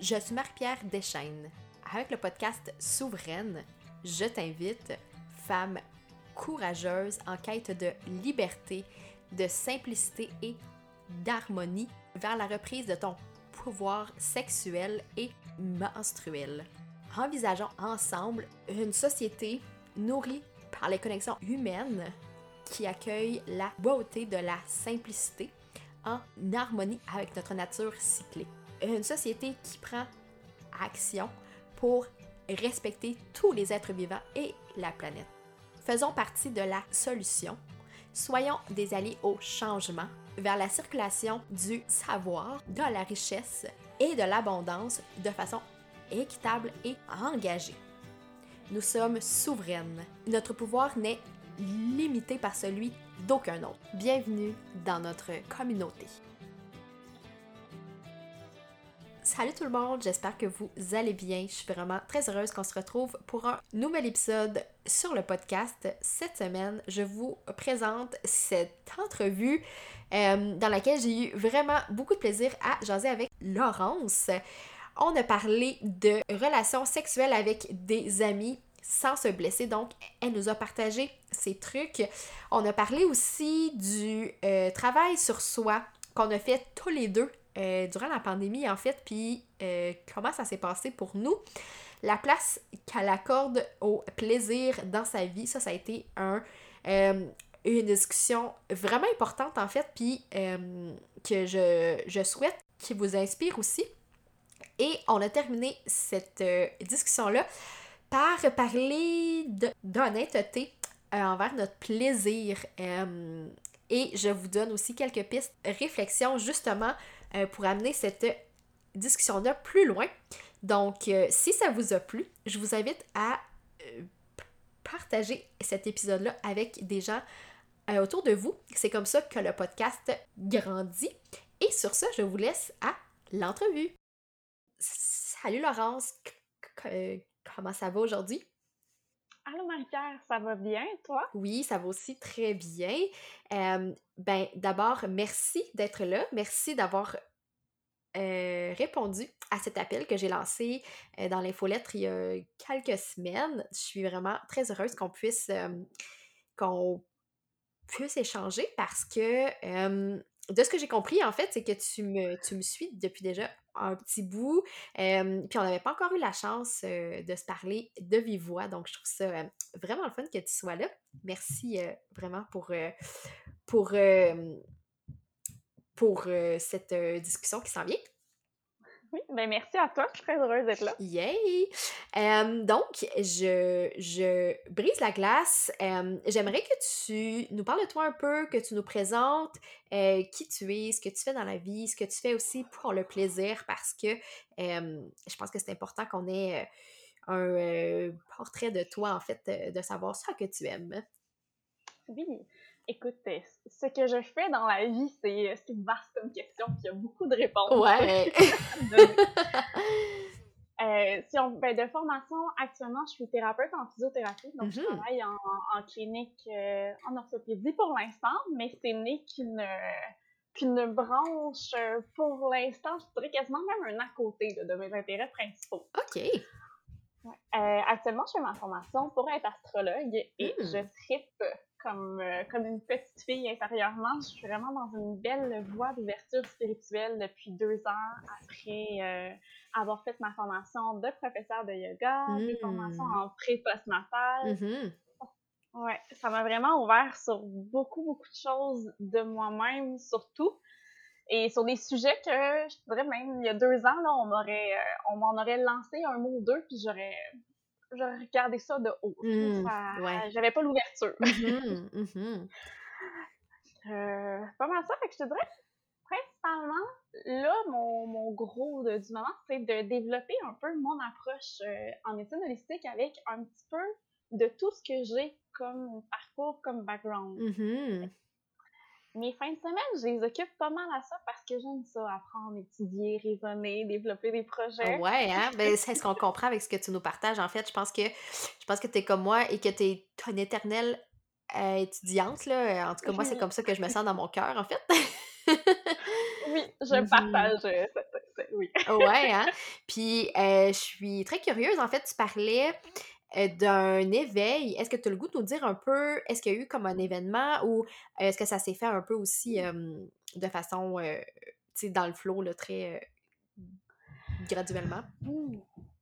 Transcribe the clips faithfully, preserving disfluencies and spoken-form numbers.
Je suis Marie-Pierre Deschênes. Avec le podcast Souveraine, je t'invite, femme courageuse en quête de liberté, de simplicité et d'harmonie, vers la reprise de ton pouvoir sexuel et menstruel. Envisageons ensemble une société nourrie par les connexions humaines qui accueille la beauté de la simplicité en harmonie avec notre nature cyclée. Une société qui prend action pour respecter tous les êtres vivants et la planète. Faisons partie de la solution. Soyons des alliés au changement vers la circulation du savoir, de la richesse et de l'abondance de façon équitable et engagée. Nous sommes souveraines. Notre pouvoir n'est limité par celui d'aucun autre. Bienvenue dans notre communauté. Salut tout le monde, j'espère que vous allez bien. Je suis vraiment très heureuse qu'on se retrouve pour un nouvel épisode sur le podcast. Cette semaine, je vous présente cette entrevue euh, dans laquelle j'ai eu vraiment beaucoup de plaisir à jaser avec Laurence. On a parlé de relations sexuelles avec des amis sans se blesser, donc elle nous a partagé ses trucs. On a parlé aussi du euh, travail sur soi qu'on a fait tous les deux Euh, durant la pandémie en fait, puis euh, comment ça s'est passé pour nous, la place qu'elle accorde au plaisir dans sa vie, ça, ça a été un, euh, une discussion vraiment importante en fait, puis euh, que je, je souhaite qu'il vous inspire aussi. Et on a terminé cette euh, discussion-là par parler de, d'honnêteté euh, envers notre plaisir. Euh, et je vous donne aussi quelques pistes, réflexions justement euh, pour amener cette discussion-là plus loin. Donc, euh, si ça vous a plu, je vous invite à euh, partager cet épisode-là avec des gens euh, autour de vous. C'est comme ça que le podcast grandit. Et sur ça, je vous laisse à l'entrevue. Salut Laurence, comment ça va aujourd'hui? Allô Marie-Pierre, ça va bien, toi? Oui, ça va aussi très bien. Euh, ben, d'abord, merci d'être là. Merci d'avoir euh, répondu à cet appel que j'ai lancé euh, dans l'infolettre il y a quelques semaines. Je suis vraiment très heureuse qu'on puisse, euh, qu'on puisse échanger parce que euh, de ce que j'ai compris, en fait, c'est que tu me, tu me suis depuis déjà un petit bout, euh, puis on n'avait pas encore eu la chance euh, de se parler de vive voix, donc je trouve ça euh, vraiment le fun que tu sois là. Merci euh, vraiment pour, euh, pour, euh, pour euh, cette euh, discussion qui s'en vient. Oui, ben merci à toi, je suis très heureuse d'être là. Yay! Euh, donc, je, je brise la glace. Euh, j'aimerais que tu nous parles de toi un peu, que tu nous présentes euh, qui tu es, ce que tu fais dans la vie, ce que tu fais aussi pour le plaisir, parce que euh, je pense que c'est important qu'on ait un euh, portrait de toi, en fait, euh, de savoir ce que tu aimes. Oui, écoute, euh, ce que je fais dans la vie, c'est, c'est vaste comme question, puis il y a beaucoup de réponses Ouais! à donner. Euh, si on, ben, de formation, actuellement, je suis thérapeute en physiothérapie, donc Mm-hmm. je travaille en, en clinique euh, en orthopédie pour l'instant, mais c'est né qu'une, qu'une branche, euh, pour l'instant, je dirais quasiment même un à côté là, de mes intérêts principaux. OK! Ouais. Euh, actuellement, je fais ma formation pour être astrologue et Mm. je trippe comme, euh, comme une petite fille intérieurement. Je suis vraiment dans une belle voie d'ouverture spirituelle depuis deux ans après euh, avoir fait ma formation de professeur de yoga, Mm. des formations en pré-postnatal. Mm-hmm. Ouais, ça m'a vraiment ouvert sur beaucoup, beaucoup de choses de moi-même, surtout. Et sur des sujets que, je dirais même, il y a deux ans, là, on m'aurait, euh, on m'en aurait lancé un mot ou deux, puis j'aurais, j'aurais regardé ça de haut. Mm. Ça, Ouais. j'avais pas l'ouverture. Mm-hmm. Mm-hmm. euh, pas mal ça, fait que je te dirais, principalement, là, mon, mon gros de, du moment, c'est de développer un peu mon approche euh, en médecine holistique avec un petit peu de tout ce que j'ai comme parcours, comme background. Mm-hmm. Mes fins de semaine, je les occupe pas mal à ça parce que j'aime ça, apprendre, étudier, raisonner, développer des projets. Ouais, hein? Ben, c'est ce qu'on comprend avec ce que tu nous partages. En fait, je pense que je pense que t'es comme moi et que t'es une éternelle euh, étudiante, là. En tout cas, moi, c'est Oui, comme ça que je me sens dans mon cœur, en fait. oui, je Mhm. partage euh, cette, C'est- Oui. Ouais, hein? Puis, euh, je suis très curieuse. En fait, tu parlais euh, d'un éveil. Est-ce que tu as le goût de nous dire un peu, est-ce qu'il y a eu comme un événement ou euh, est-ce que ça s'est fait un peu aussi euh, de façon, euh, tu sais, dans le flow, là, très euh, graduellement? Hmm.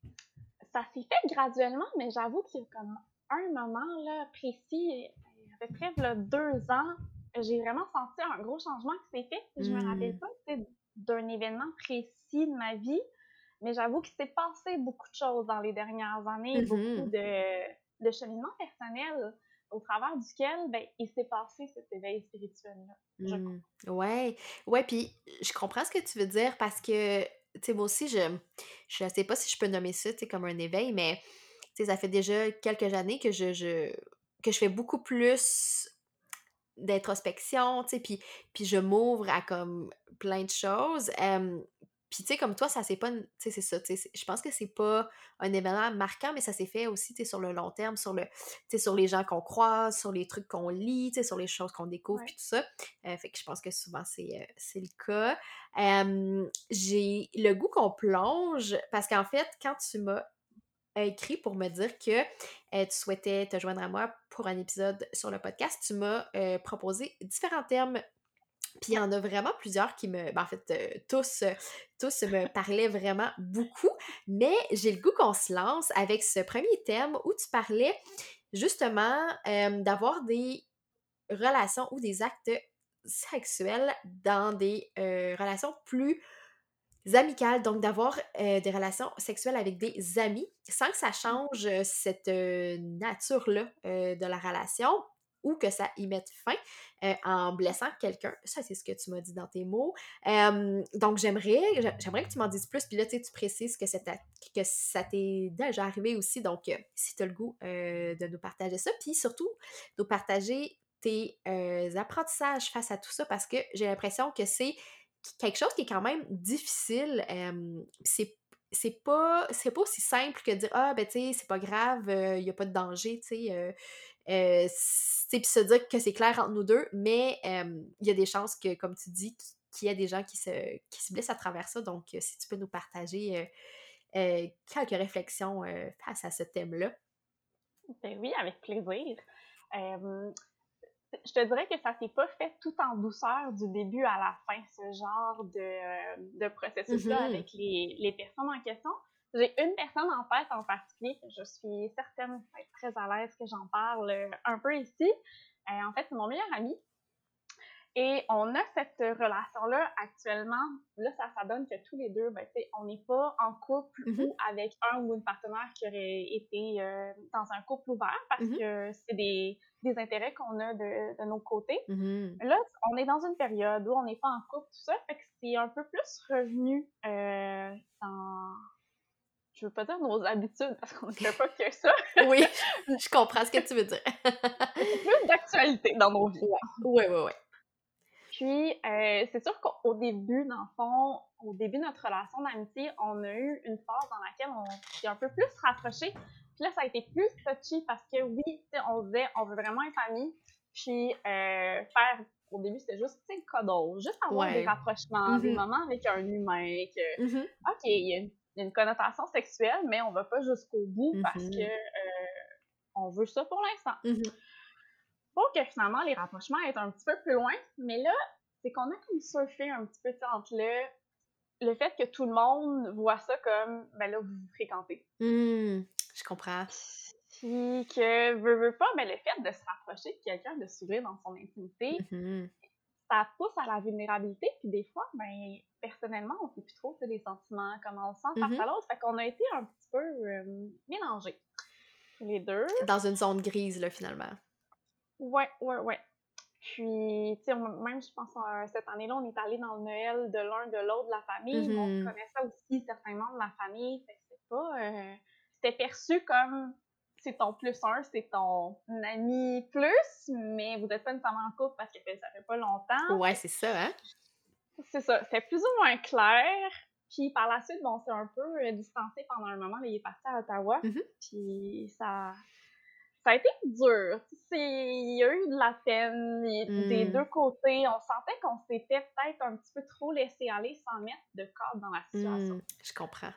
Ça s'est fait graduellement, mais j'avoue qu'il y a comme un moment là, précis, à peu près là, deux ans, j'ai vraiment senti un gros changement qui s'est fait. Je me rappelle Hmm. pas tu sais, d'un événement précis de ma vie, mais j'avoue qu'il s'est passé beaucoup de choses dans les dernières années, beaucoup Mhm. de, de cheminement personnel au travers duquel ben, il s'est passé cet éveil spirituel-là, je Hmm. crois. Ouais, ouais, puis je comprends ce que tu veux dire parce que, tu sais, moi aussi, je, je sais pas si je peux nommer ça, tu sais, comme un éveil, mais, tu sais, ça fait déjà quelques années que je, je, que je fais beaucoup plus d'introspection, tu sais, puis, puis je m'ouvre à comme plein de choses. Euh, puis, tu sais, comme toi, ça c'est pas, une- tu sais, c'est ça, tu sais, c'est- je pense que c'est pas un événement marquant, mais ça s'est fait aussi, tu sais, sur le long terme, sur le, tu sais, sur les gens qu'on croise, sur les trucs qu'on lit, tu sais, sur les choses qu'on découvre, Ouais. puis tout ça. Euh, fait que je pense que souvent, c'est, euh, c'est le cas. Euh, j'ai le goût qu'on plonge, parce qu'en fait, quand tu m'as écrit pour me dire que euh, tu souhaitais te joindre à moi pour un épisode sur le podcast, tu m'as euh, proposé différents thèmes. Puis il y Ouais. en a vraiment plusieurs qui me... Ben, en fait, euh, tous, euh, tous me parlaient vraiment beaucoup. Mais j'ai le goût qu'on se lance avec ce premier thème où tu parlais justement euh, d'avoir des relations ou des actes sexuels dans des euh, relations plus amicales, donc d'avoir euh, des relations sexuelles avec des amis sans que ça change euh, cette euh, nature-là euh, de la relation ou que ça y mette fin euh, en blessant quelqu'un. Ça, c'est ce que tu m'as dit dans tes mots. Euh, donc, j'aimerais, j'aimerais que tu m'en dises plus. Puis là, tu sais, tu précises que, c'est ta- que ça t'est déjà arrivé aussi. Donc, euh, si tu as le goût euh, de nous partager ça, puis surtout, nous partager tes euh, apprentissages face à tout ça parce que j'ai l'impression que c'est quelque chose qui est quand même difficile. Euh, c'est c'est pas c'est pas aussi simple que de dire ah ben tu sais c'est pas grave, il y a pas de danger, tu sais euh, euh, c'est puis se dire que c'est clair entre nous deux, mais euh, il y a des chances que comme tu dis qu'il y a des gens qui se qui se blessent à travers ça, donc euh, si tu peux nous partager euh, euh, quelques réflexions euh, face à ce thème-là. Ben oui, avec plaisir. Euh, je te dirais que ça s'est pas fait tout en douceur du début à la fin, ce genre de, euh, de processus-là Mhm. avec les, les personnes en question. J'ai une personne en tête en particulier que je suis certaine d'être très à l'aise que j'en parle euh, un peu ici. Euh, en fait, c'est mon meilleur ami. Et on a cette relation-là actuellement. Là, ça, ça donne que tous les deux, ben, on n'est pas en couple Mhm. ou avec un ou une partenaire qui aurait été euh, dans un couple ouvert parce Mhm. que c'est des, des intérêts qu'on a de, de nos côtés. Mhm. Là, on est dans une période où on n'est pas en couple, tout ça, fait que c'est un peu plus revenu euh, dans, je veux pas dire nos habitudes parce qu'on ne fait pas que ça, Oui, je comprends ce que tu veux dire. mais c'est plus d'actualité dans nos vies. Ouais, ouais, ouais, ouais. Puis, euh, c'est sûr qu'au début, dans le fond, au début de notre relation d'amitié, on a eu une phase dans laquelle on s'est un peu plus rapprochés. Puis là, ça a été plus touchy parce que oui, tu sais, on disait, on veut vraiment être amis. Puis, euh, faire, au début, c'était juste, tu sais, le cuddle, juste avoir des Ouais. rapprochements, des Mhm. moments avec un humain, que, Mhm. OK, il y a une, une connotation sexuelle, mais on va pas jusqu'au bout parce que Mhm. euh, on veut ça pour l'instant. Mhm. Pour que finalement les rapprochements aient un petit peu plus loin, mais là, c'est qu'on a comme surfé un petit peu entre le, le fait que tout le monde voit ça comme, ben là, vous vous fréquentez. Hmm, je comprends. Puis que, veut, veut pas, ben le fait de se rapprocher de quelqu'un, de s'ouvrir dans son intimité, Mhm. ça pousse à la vulnérabilité, puis des fois, ben, personnellement, on sait plus trop, tu sais, les sentiments, comment on se sent face Mhm. à l'autre, fait qu'on a été un petit peu euh, mélangés, les deux. Dans une zone grise, là, finalement. Ouais, ouais, ouais. Puis, tu sais, même, je pense, euh, cette année-là, on est allé dans le Noël de l'un de l'autre de la famille, mais on se Mhm. connaissait aussi certains membres de la famille. Fait que c'était pas. Euh, c'était perçu comme c'est ton plus un, c'est ton ami plus, mais vous n'êtes pas nécessairement en couple parce que ça fait pas longtemps. Ouais, Fait c'est ça, hein? que c'est ça, c'était plus ou moins clair. Puis par la suite, bon, on s'est un peu euh, distancé pendant un moment. Là, il est parti à Ottawa. Mhm. Puis ça, ça a été dur. C'est il y a eu de la peine et des deux Mmh. côtés. On sentait qu'on s'était peut-être un petit peu trop laissé aller sans mettre de cadre dans la situation. Mmh. Je comprends.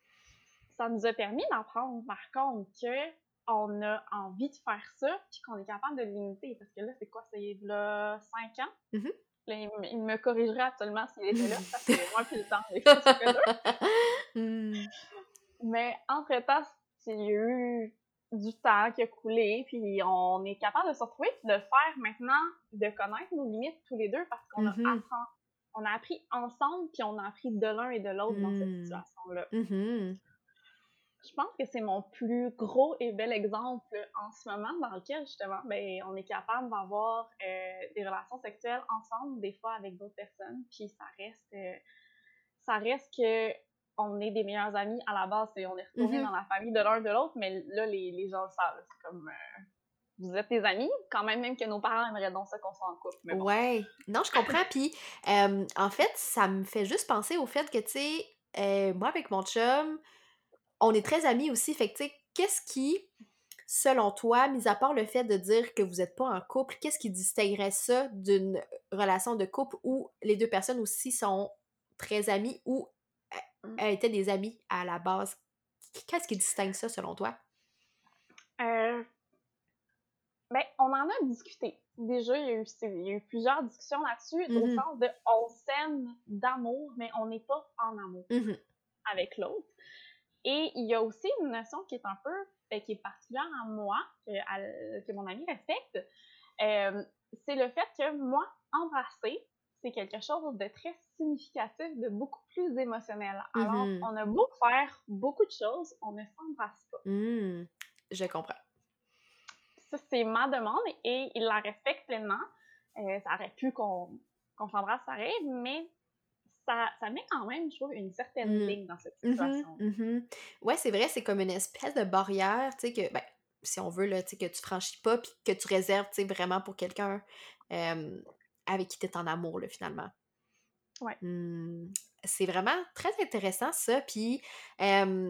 Ça nous a permis d'apprendre, par contre, qu'on a envie de faire ça puis qu'on est capable de le limiter. Parce que là, c'est quoi? C'est là cinq ans? Mmh Là, il me il me corrigerait absolument s'il était là parce que moi puis le temps, des fois, ça fait dur. Mmh. Mais entre-temps, il y a eu du temps qui a coulé, puis on est capable de se retrouver puis de le faire maintenant, de connaître nos limites tous les deux parce qu'on a Mmh apprend, on a appris ensemble puis on a appris de l'un et de l'autre dans cette Mmh. situation-là. Mmh Je pense que c'est mon plus gros et bel exemple en ce moment dans lequel justement, ben, on est capable d'avoir euh, des relations sexuelles ensemble, des fois avec d'autres personnes, puis ça reste, euh, ça reste que on est des meilleurs amis à la base, et on est retourné Mmh dans la famille de l'un de l'autre, mais là les, les gens le savent, c'est comme euh, vous êtes des amis, quand même même que nos parents aimeraient donc ça qu'on soit en couple, mais bon. Ouais. Non, je comprends. Puis, euh, en fait, ça me fait juste penser au fait que, tu sais, euh, moi, avec mon chum, on est très amis aussi. Fait que, tu sais, qu'est-ce qui, selon toi, mis à part le fait de dire que vous n'êtes pas en couple, qu'est-ce qui distinguerait ça d'une relation de couple où les deux personnes aussi sont très amies ou Mm. euh, étaient des amis à la base? Qu'est-ce qui distingue ça, selon toi? Euh, ben, on en a discuté. Déjà, il y a eu, il y a eu plusieurs discussions là-dessus, au Mhm. sens de on s'aime d'amour, mais on n'est pas en amour Mhm. avec l'autre. Et il y a aussi une notion qui est un peu, ben, qui est particulière à moi, que, à- que mon ami respecte. Euh, c'est le fait que moi, embrasser, c'est quelque chose de très significatif, de beaucoup plus émotionnel. Alors, Mhm. on a beau faire beaucoup de choses, on ne s'embrasse pas. Mhm. Je comprends. Ça, c'est ma demande et il la respecte pleinement. Euh, ça aurait pu qu'on qu'on s'embrasse pareil, mais ça, ça met quand même, je trouve, une certaine Mmh. ligne dans cette Mhm, situation. mhm. Ouais, c'est vrai, c'est comme une espèce de barrière, tu sais, que, ben, si on veut, là, tu sais, que tu franchis pas, puis que tu réserves, tu sais, vraiment pour quelqu'un euh, avec qui tu es en amour, là, finalement. Ouais. Hmm. C'est vraiment très intéressant, ça. Puis, euh,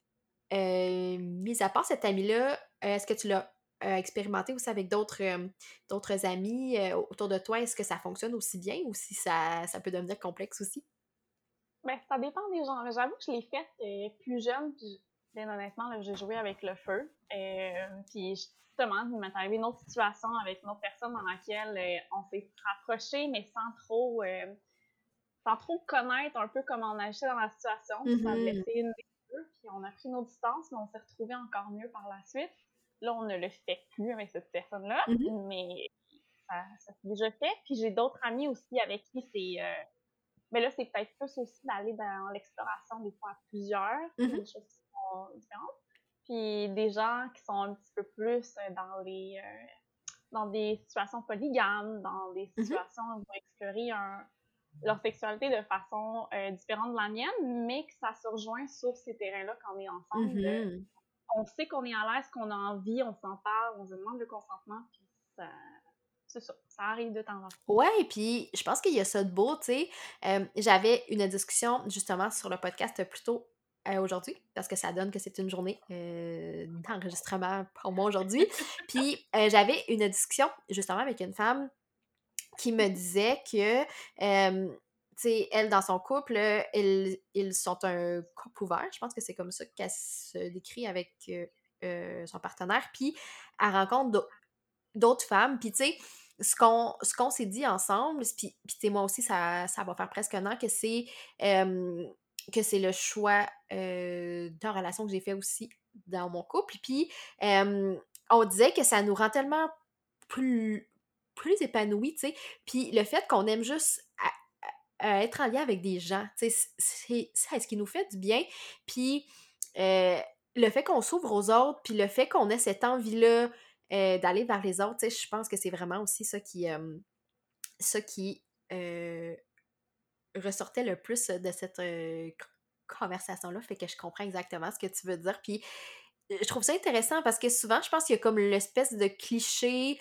euh, mis à part cet ami-là, euh, est-ce que tu l'as euh, expérimenté aussi avec d'autres euh, d'autres amis euh, autour de toi? Est-ce que ça fonctionne aussi bien ou si ça, ça peut devenir complexe aussi? Ben, ça dépend des gens. J'avoue que je l'ai faite euh, plus jeune, puis bien honnêtement, là, j'ai joué avec le feu. Euh, puis justement, il m'est arrivé une autre situation avec une autre personne dans laquelle euh, on s'est rapproché, mais sans trop, euh, sans trop connaître un peu comment on agissait dans la situation. Puis ça a Mhm, blessé une des deux, puis on a pris nos distances, mais on s'est retrouvés encore mieux par la suite. Là, on ne le fait plus avec cette personne-là, mhm, mais ça, ça s'est déjà fait. Puis j'ai d'autres amis aussi avec qui c'est... euh, mais là, c'est peut-être plus aussi d'aller dans l'exploration des fois à plusieurs. C'est mhm, des choses qui sont différentes. Puis des gens qui sont un petit peu plus euh, dans les euh, dans des situations polygames, dans des mhm, situations où ils vont explorer un, leur sexualité de façon euh, différente de la mienne, mais que ça se rejoint sur ces terrains-là quand on est ensemble. De, mhm. on sait qu'on est à l'aise, qu'on a envie, on s'en parle, on se demande le consentement, puis ça, c'est ça, ça arrive de temps en temps. Ouais, puis je pense qu'il y a ça de beau, tu sais. Euh, j'avais une discussion justement sur le podcast plus tôt euh, aujourd'hui, parce que ça donne que c'est une journée euh, d'enregistrement pour moi aujourd'hui. Puis euh, j'avais une discussion justement avec une femme qui me disait que, euh, tu sais, elle, dans son couple, ils, ils sont un couple ouvert. Je pense que c'est comme ça qu'elle se décrit avec euh, euh, son partenaire. Puis elle rencontre d'au- d'autres femmes. Puis, tu sais, ce qu'on ce qu'on s'est dit ensemble, puis, puis tu sais, moi aussi, ça, ça va faire presque un an que c'est euh, que c'est le choix euh, de relation que j'ai fait aussi dans mon couple. Puis, euh, on disait que ça nous rend tellement plus, plus épanouis, tu sais. Puis le fait qu'on aime juste à- à être en lien avec des gens, tu sais, c'est c'est ce qui nous fait du bien. Puis euh, le fait qu'on s'ouvre aux autres, puis le fait qu'on ait cette envie-là euh, d'aller vers les autres, tu sais, je pense que c'est vraiment aussi ça qui, euh, ça qui euh, ressortait le plus de cette euh, conversation-là, fait que je comprends exactement ce que tu veux dire. Puis euh, je trouve ça intéressant parce que souvent, je pense qu'il y a comme l'espèce de cliché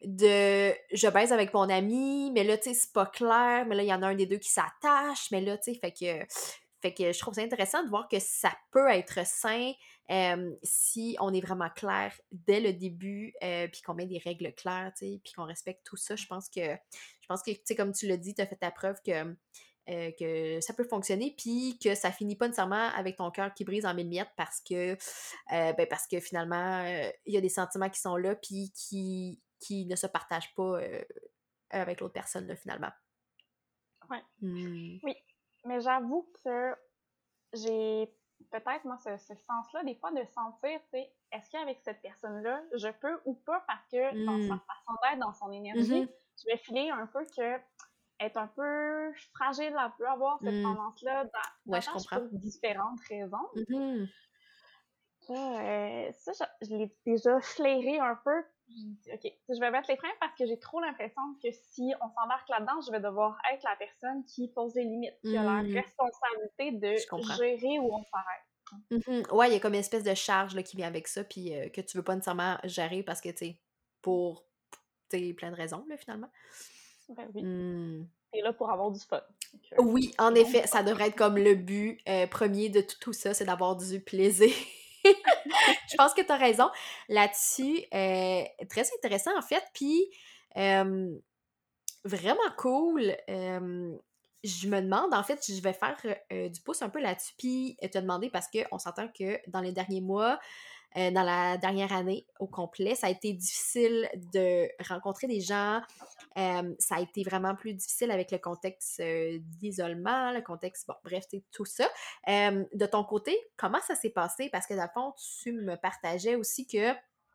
de je baise avec mon ami, mais là, tu sais, c'est pas clair, mais là, il y en a un des deux qui s'attache, mais là, tu sais, fait que Fait que je trouve ça intéressant de voir que ça peut être sain euh, si on est vraiment clair dès le début, euh, puis qu'on met des règles claires, tu sais, puis qu'on respecte tout ça. Je pense que, je pense que, tu sais, comme tu l'as dit, tu as fait ta preuve que, euh, que ça peut fonctionner, puis que ça finit pas nécessairement avec ton cœur qui brise en mille miettes parce que, euh, ben parce que finalement, euh, il y a des sentiments qui sont là, puis qui, qui ne se partagent pas euh, avec l'autre personne, là, finalement. Ouais. Hmm. Oui, mais j'avoue que j'ai peut-être, moi, ce, ce sens-là, des fois, de sentir, tu sais, est-ce qu'avec cette personne-là, je peux ou pas, parce que dans sa Hmm. façon d'être, dans son énergie, Mhm. je vais filer un peu que être un peu fragile, elle peut avoir cette Hmm. tendance-là d'a- Ouais, je d'attache comprends. pour différentes raisons. Mhm. Ça, euh, ça je, je l'ai déjà flairé un peu. J'ai dit, OK, je vais mettre les freins parce que j'ai trop l'impression que si on s'embarque là-dedans, je vais devoir être la personne qui pose les limites, qui a la Hmm. responsabilité de Je comprends. gérer où on s'arrête. Mhm. Ouais, il y a comme une espèce de charge là, qui vient avec ça, puis euh, que tu veux pas nécessairement gérer parce que, tu sais, pour tu sais, plein de raisons, là, finalement. Ben oui, Hmm. t'es là pour avoir du fun. Donc, euh, Oui, en ayons du effet, fun. ça devrait être comme le but euh, premier de tout, tout ça, c'est d'avoir du plaisir. Je pense que tu as raison là-dessus. Euh, très intéressant, en fait. Puis, euh, vraiment cool. Euh, je me demande, en fait, je vais faire euh, du pouce un peu là-dessus, puis te demander parce qu'on s'entend que dans les derniers mois, euh, dans la dernière année au complet, ça a été difficile de rencontrer des gens. Euh, ça a été vraiment plus difficile avec le contexte euh, d'isolement, le contexte, bon, bref, c'est tout ça. Euh, de ton côté, comment ça s'est passé? Parce que, dans le fond, tu me partageais aussi que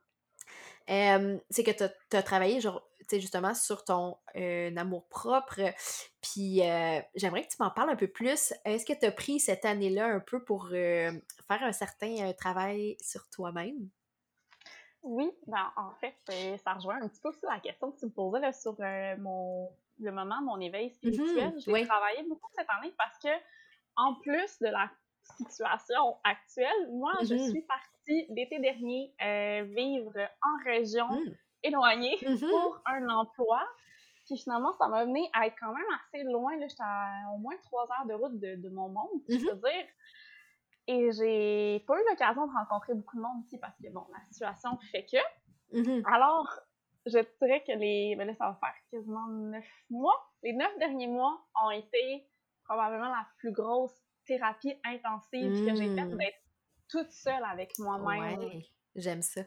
euh, c'est que tu as travaillé genre, justement sur ton euh, amour-propre. Puis euh, j'aimerais que tu m'en parles un peu plus. Est-ce que tu as pris cette année-là un peu pour euh, faire un certain euh, travail sur toi-même? Oui, ben en fait, euh, ça rejoint un petit peu aussi la question que tu me posais là, sur euh, mon le moment de mon éveil spirituel. Mhm, J'ai oui. travaillé beaucoup cette année parce que, en plus de la situation actuelle, moi, je Mhm, suis partie l'été dernier euh, vivre en région mhm, éloignée mhm, pour un emploi. Puis finalement, ça m'a amené à être quand même assez loin. Là, j'étais à au moins trois heures de route de, de mon monde, si je mhm, peux dire. Et j'ai pas eu l'occasion de rencontrer beaucoup de monde ici parce que, bon, la situation fait que. mhm, Alors, je dirais que les. Ben là, ça va faire quasiment neuf mois. Les neuf derniers mois ont été probablement la plus grosse thérapie intensive que j'ai faite, mhm. d'être toute seule avec moi-même. Ouais, j'aime ça.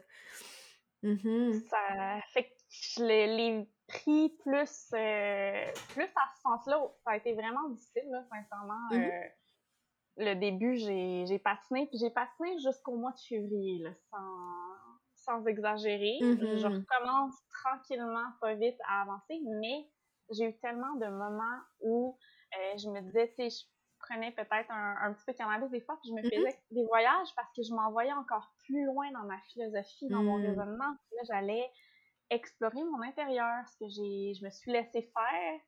Mhm, Ça fait que je l'ai l'ai pris plus, euh, plus à ce sens-là. Ça a été vraiment difficile, là, sincèrement. mhm, Euh, le début, j'ai, j'ai patiné, puis j'ai patiné jusqu'au mois de février, là, sans, sans exagérer. Je mhm, recommence tranquillement, pas vite, à avancer, mais j'ai eu tellement de moments où euh, je me disais, tu sais, je prenais peut-être un, un petit peu de cannabis des fois, puis je me mhm, faisais des voyages parce que je m'envoyais encore plus loin dans ma philosophie, dans mon mhm. raisonnement. Puis là, j'allais explorer mon intérieur, ce que j'ai, je me suis laissé faire.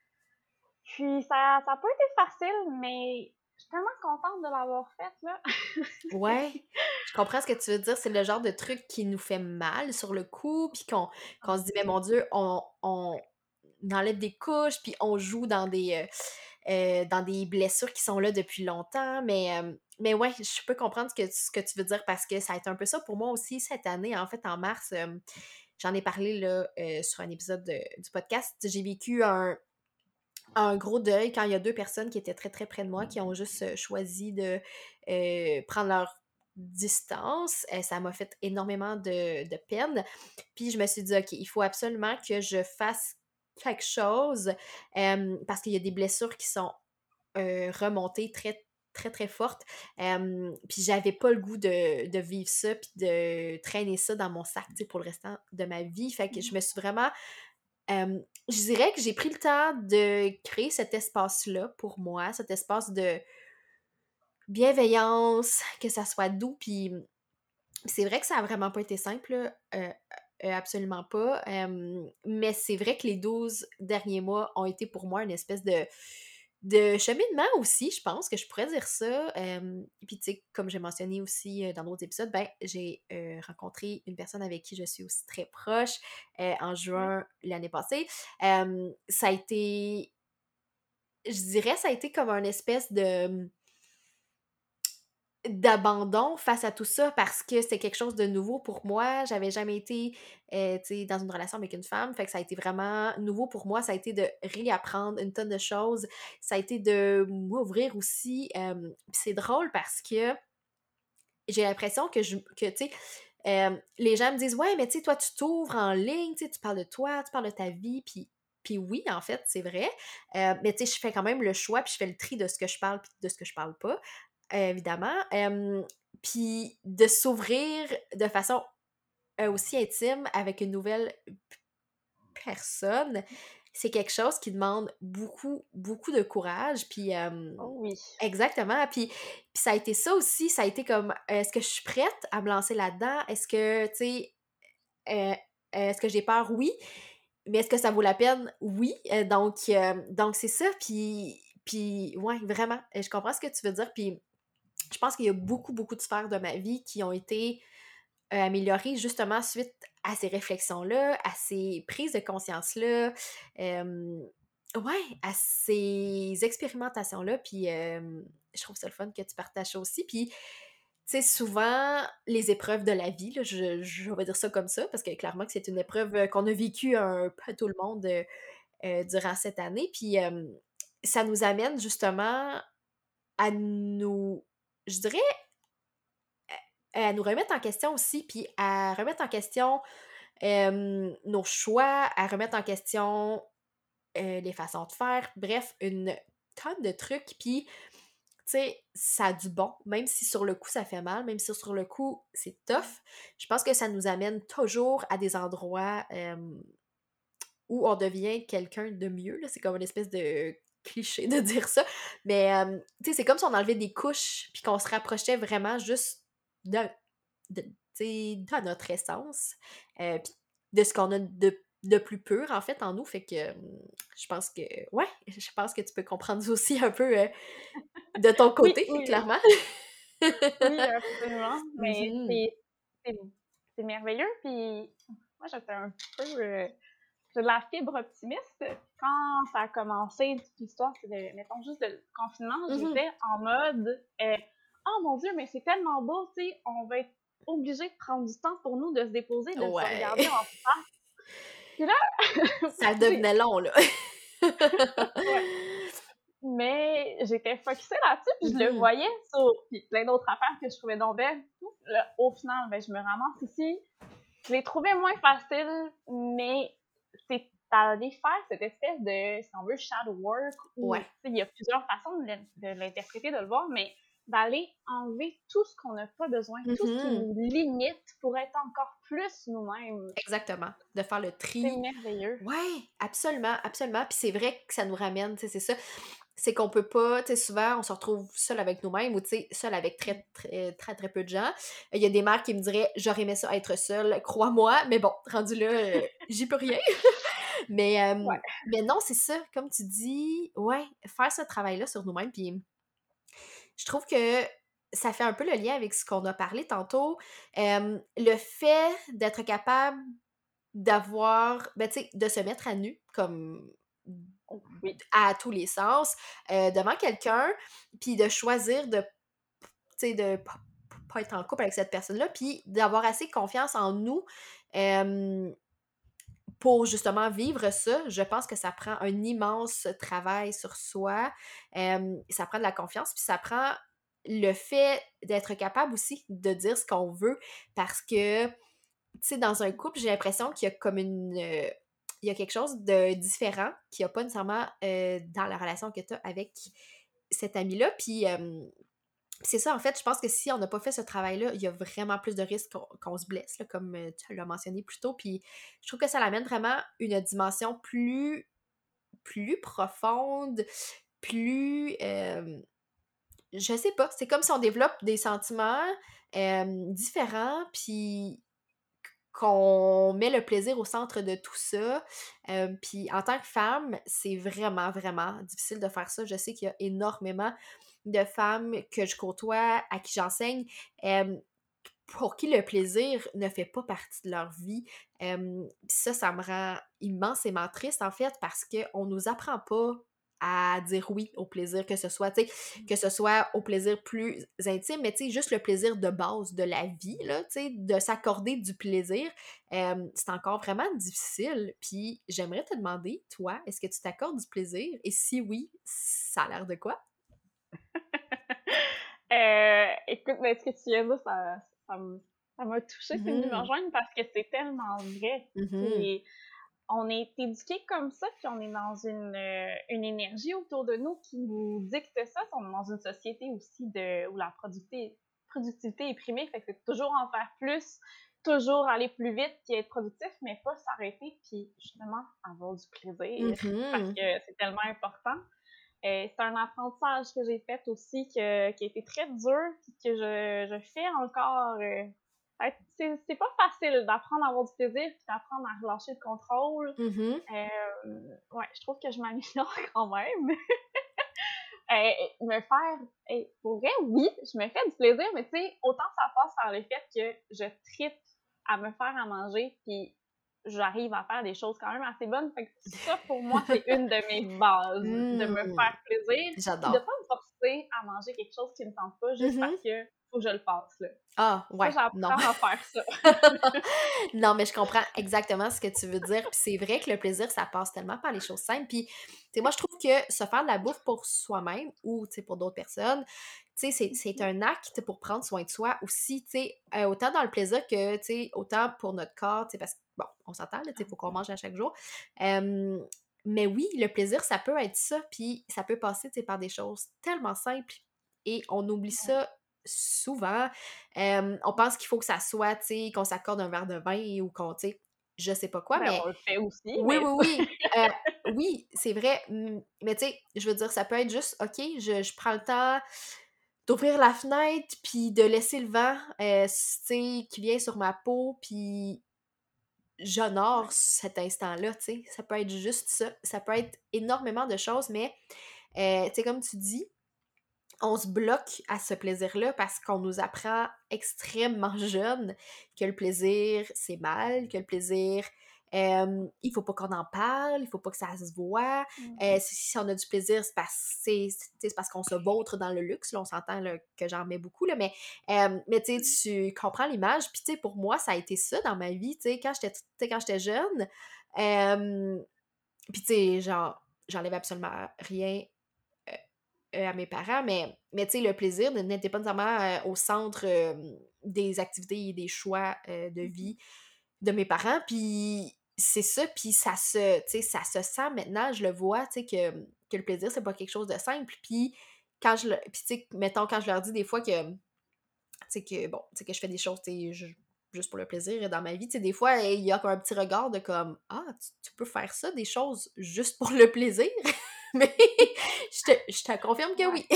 Puis ça, ça n'a pas été facile, mais je suis tellement contente de l'avoir faite, là. Ouais, je comprends ce que tu veux dire. C'est le genre de truc qui nous fait mal sur le coup, puis qu'on qu'on se dit, mais mon Dieu, on, on enlève des couches, puis on joue dans des, euh, euh, dans des blessures qui sont là depuis longtemps. Mais, euh, mais ouais, je peux comprendre ce que, ce que tu veux dire parce que ça a été un peu ça pour moi aussi cette année. En fait, en mars, euh, j'en ai parlé là, euh, sur un épisode de- du podcast. J'ai vécu un, un gros deuil quand il y a deux personnes qui étaient très très près de moi qui ont juste euh, choisi de euh, prendre leur distance. Euh, ça m'a fait énormément de, de peine. Puis je me suis dit, OK, il faut absolument que je fasse quelque chose euh, parce qu'il y a des blessures qui sont euh, remontées très très très fortes. Euh, puis j'avais pas le goût de, de vivre ça puis de traîner ça dans mon sac tu sais, pour le restant de ma vie. Fait que je me suis vraiment euh, je dirais que j'ai pris le temps de créer cet espace-là pour moi, cet espace de bienveillance, que ça soit doux, puis c'est vrai que ça a vraiment pas été simple, là, euh, euh, absolument pas, euh, mais c'est vrai que les douze derniers mois ont été pour moi une espèce de de cheminement aussi, je pense que je pourrais dire ça. Euh, puis tu sais, comme j'ai mentionné aussi euh, dans d'autres épisodes, ben j'ai euh, rencontré une personne avec qui je suis aussi très proche euh, en Oui. juin l'année passée. Euh, ça a été, je dirais, ça a été comme un espèce de d'abandon face à tout ça parce que c'était quelque chose de nouveau pour moi. J'avais jamais été, heu, tu sais, dans une relation avec une femme, fait que ça a été vraiment nouveau pour moi. Ça a été de réapprendre une tonne de choses. Ça a été de m'ouvrir aussi, hem, puis c'est drôle parce que j'ai l'impression que je que, tu sais, hem, les gens me disent: «Ouais, mais tu sais, toi, tu t'ouvres en ligne, tu sais, tu parles de toi, tu parles de ta vie», puis puis oui, en fait, c'est vrai, heu, mais tu sais, je fais quand même le choix, puis je fais le tri de ce que je parle puis de ce que je parle pas, heu, évidemment, hem, puis de s'ouvrir de façon, heu, aussi intime avec une nouvelle personne, c'est quelque chose qui demande beaucoup, beaucoup de courage, puis hem Oh oui. exactement, puis puis ça a été ça aussi, ça a été comme, est-ce que je suis prête à me lancer là-dedans? Est-ce que, tu sais, heu, est-ce que j'ai peur? Oui, mais est-ce que ça vaut la peine? Oui, heu, donc heu, donc c'est ça, puis puis ouais, vraiment, heu, je comprends ce que tu veux dire, puis je pense qu'il y a beaucoup, beaucoup de sphères de ma vie qui ont été, heu, améliorées justement suite à ces réflexions-là, à ces prises de conscience-là, hem, ouais, à ces expérimentations-là, puis hem, je trouve ça le fun que tu partages ça aussi, puis tu sais, souvent, les épreuves de la vie, là, je je vais dire ça comme ça, parce que clairement que c'est une épreuve, heu, qu'on a vécue un peu tout le monde, heu heu, durant cette année, puis hem, ça nous amène justement à nous je dirais, à nous remettre en question aussi, puis à remettre en question, hem, nos choix, à remettre en question, heu, les façons de faire, bref, une tonne de trucs, puis tu sais, ça a du bon, même si sur le coup ça fait mal, même si sur le coup c'est tough, je pense que ça nous amène toujours à des endroits, hem, où on devient quelqu'un de mieux, là. C'est comme une espèce de cliché de dire ça, mais hem, tu sais, c'est comme si on enlevait des couches puis qu'on se rapprochait vraiment juste de de tu sais, de notre essence, heu, puis de ce qu'on a de de plus pur, en fait, en nous, fait que, hem, je pense que ouais, je pense que tu peux comprendre aussi un peu, heu, de ton Oui, côté, oui, oui. clairement. Oui, absolument, mais Mhm. c'est c'est c'est merveilleux, puis moi, j'étais un peu, heu, j'ai de la fibre optimiste. Quand ça a commencé, toute l'histoire, c'est de mettons juste de le confinement, Mhm. j'étais en mode, heu: «Oh mon Dieu, mais c'est tellement beau, tu sais, on va être obligé de prendre du temps pour nous, de se déposer, de se Ouais. regarder en face». Puis là, Ça tu sais devenait long, là. ouais. Mais j'étais focusée là-dessus, puis je le Mhm. voyais sur puis plein d'autres affaires que je trouvais donc belles. Là, au final, ben, je me ramasse ici. Je l'ai trouvé moins facile, mais c'est d'aller faire cette espèce de, si on veut, shadow work où, Ouais. tu sais, il y a plusieurs façons de l'in de l'interpréter, de le voir, mais d'aller enlever tout ce qu'on n'a pas besoin, tout ce qui Mhm. nous limite pour être encore plus nous-mêmes. Exactement. De faire le C'est tri. merveilleux. Ouais, absolument, absolument. Puis c'est vrai que ça nous ramène, tu sais, c'est ça. C'est qu'on peut pas, tu sais, souvent, on se retrouve seul avec nous-mêmes ou, tu sais, seul avec très, très, très, très peu de gens. Il y a des mères qui me diraient, j'aurais aimé ça être seule, crois-moi, mais bon, rendu là, euh, j'y peux rien. Mais, euh, Ouais. mais non, c'est ça, comme tu dis, ouais, faire ce travail-là sur nous-mêmes. Puis je trouve que ça fait un peu le lien avec ce qu'on a parlé tantôt. Euh, le fait d'être capable d'avoir, ben, tu sais, de se mettre à nu, comme Oh, oui. à tous les sens, euh, devant quelqu'un, puis de choisir de, tu sais, de pas, pas être en couple avec cette personne-là, puis d'avoir assez confiance en nous euh, pour justement vivre ça. Je pense que ça prend un immense travail sur soi, euh, ça prend de la confiance, puis ça prend le fait d'être capable aussi de dire ce qu'on veut, parce que tu sais, dans un couple, j'ai l'impression qu'il y a comme une. Euh, il y a quelque chose de différent qu'il n'y a pas nécessairement euh, dans la relation que tu as avec cet ami-là. Puis euh, c'est ça, en fait, je pense que si on n'a pas fait ce travail-là, il y a vraiment plus de risques qu'on qu'on se blesse, là, comme euh, tu l'as mentionné plus tôt. Puis je trouve que ça amène vraiment une dimension plus, plus profonde, plus. Euh, je sais pas, c'est comme si on développe des sentiments euh, différents, puis qu'on met le plaisir au centre de tout ça. Euh, puis en tant que femme, c'est vraiment, vraiment difficile de faire ça. Je sais qu'il y a énormément de femmes que je côtoie, à qui j'enseigne, euh, pour qui le plaisir ne fait pas partie de leur vie. Euh, puis ça, ça me rend immensément triste, en fait, parce qu'on nous apprend pas à dire oui au plaisir, que ce soit, tu sais, que ce soit au plaisir plus intime, mais tu sais, juste le plaisir de base de la vie, là, tu sais, de s'accorder du plaisir, euh, c'est encore vraiment difficile. Puis j'aimerais te demander, toi, est-ce que tu t'accordes du plaisir? Et si oui, ça a l'air de quoi? Euh, écoute, ben, ce que tu viens de dire, ça, ça me- ça m'a touchée, c'est venu me Mhm. rejoindre parce que c'est tellement vrai. Mhm. C'est, on est éduqués comme ça, puis on est dans une, euh, une énergie autour de nous qui nous dicte ça. On est dans une société aussi de, où la productivité, productivité est primée, fait que c'est toujours en faire plus, toujours aller plus vite, puis être productif, mais pas s'arrêter, puis justement avoir du plaisir, parce Mhm. que c'est tellement important. Euh, c'est un apprentissage que j'ai fait aussi que, qui a été très dur puis que je, je fais encore. Euh, fait que c'est, c'est pas facile d'apprendre à avoir du plaisir puis d'apprendre à relâcher le contrôle. Mhm. Euh, ouais, je trouve que je m'améliore quand même. Euh, me faire, eh, pour vrai, oui, je me fais du plaisir, mais tu sais, autant ça passe par le fait que je tripe à me faire à manger, puis j'arrive à faire des choses quand même assez bonnes. Fait que ça, pour moi, c'est une de mes bases, de me Mm. faire plaisir, puis de J'adore. pas me forcer à manger quelque chose qui me tente pas juste Mhm. parce que faut que je le fasse, là. Ah, Ça, ouais, non. j'apprends à faire ça. Non, mais je comprends exactement ce que tu veux dire. Puis c'est vrai que le plaisir, ça passe tellement par les choses simples. Puis, tu sais, moi, je trouve que se faire de la bouffe pour soi-même ou, tu sais, pour d'autres personnes, tu sais, c'est, c'est un acte pour prendre soin de soi aussi, tu sais, euh, autant dans le plaisir que, tu sais, autant pour notre corps, tu sais, parce que, bon, on s'entend, là, tu sais, il faut qu'on mange à chaque jour. Euh, mais oui, le plaisir, ça peut être ça. Puis ça peut passer, tu sais, par des choses tellement simples. Et on oublie ça souvent. Euh, on pense qu'il faut que ça soit, tu sais, qu'on s'accorde un verre de vin ou qu'on, tu sais, je sais pas quoi, Ben, mais on le fait aussi, oui, mais oui, oui. Euh, oui, c'est vrai. mm, Mais tu sais, je veux dire, ça peut être juste, OK, je, je prends le temps d'ouvrir la fenêtre, puis de laisser le vent, euh, tu sais, qui vient sur ma peau, puis j'honore ouais. cet instant-là, tu sais. Ça peut être juste ça. Ça peut être énormément de choses, mais, euh, tu sais, comme tu dis, on se bloque à ce plaisir-là parce qu'on nous apprend extrêmement jeune que le plaisir, c'est mal, que le plaisir, euh, il faut pas qu'on en parle, il faut pas que ça se voit. Euh, Mhm. si, si on a du plaisir, c'est parce, c'est, c'est- c'est parce qu'on se vautre dans le luxe. Là, on s'entend là, que j'en mets beaucoup, là, mais, euh, mais tu sais, tu comprends l'image. Puis tu sais, pour moi, ça a été ça dans ma vie. Tu sais, quand j'étais tu sais, quand j'étais jeune, euh, puis tu sais, genre, j'enlève absolument rien euh, à mes parents, mais, mais tu sais, le plaisir n'était pas nécessairement euh, au centre euh, des activités et des choix euh, de Mhm. vie de mes parents, puis c'est ça, puis ça se, tu sais, ça se sent maintenant, je le vois, tu sais, que, que le plaisir, c'est pas quelque chose de simple, puis quand je le, puis tu sais, mettons, quand je leur dis des fois que, tu sais, que, bon, tu sais, que je fais des choses, tu sais, je- juste pour le plaisir dans ma vie, tu sais, des fois, il y a comme un petit regard de comme, ah, tu, tu peux faire ça, des choses juste pour le plaisir? Mais je te, je te confirme que Ouais. oui.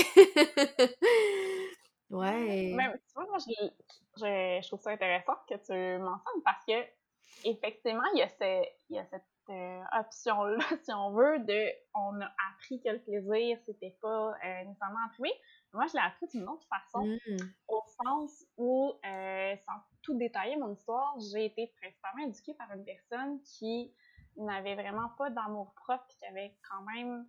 Ouais. Ouais. Même, tu vois, moi, je, je, je trouve ça intéressant que tu mentionnes parce que, effectivement, il y a, ce, il y a cette euh, option-là, si on veut, de on a appris que le plaisir, c'était pas euh, nécessairement imprimé. Moi, je l'ai appris d'une autre façon, Mm. au sens où, euh, sans tout détailler mon histoire, j'ai été principalement éduquée par une personne qui n'avait vraiment pas d'amour propre, qui avait quand même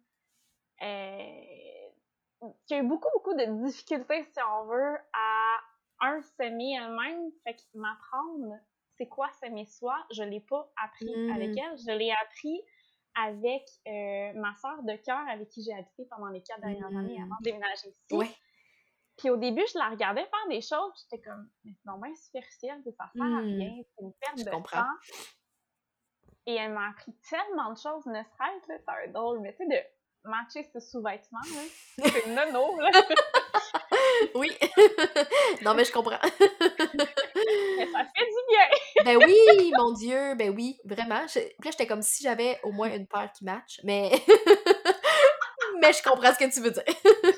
euh, qui a eu beaucoup, beaucoup de difficultés, si on veut, à, un, s'aimer elle-même. Fait que m'apprendre c'est quoi s'aimer soi, je l'ai pas appris avec Mm. elle. Je l'ai appris avec euh, ma sœur de cœur, avec qui j'ai habité pendant les quatre dernières années Mm. avant de déménager ici. Ouais. Puis au début, je la regardais faire des choses, j'étais comme, mais c'est normal superficiel, ça sert à Mm. rien, c'est une perte Je de comprends. temps. Et elle m'a appris tellement de choses, ne serait-ce, là, ça va être drôle, mais tu sais, de matcher ce sous-vêtement, là, c'est nono, là. Oui. Non, mais je comprends. Mais ça fait du bien! Ben oui, mon Dieu, ben oui, vraiment. Je- Puis là, j'étais comme si j'avais au moins une paire qui match, mais... mais je comprends ce que tu veux dire.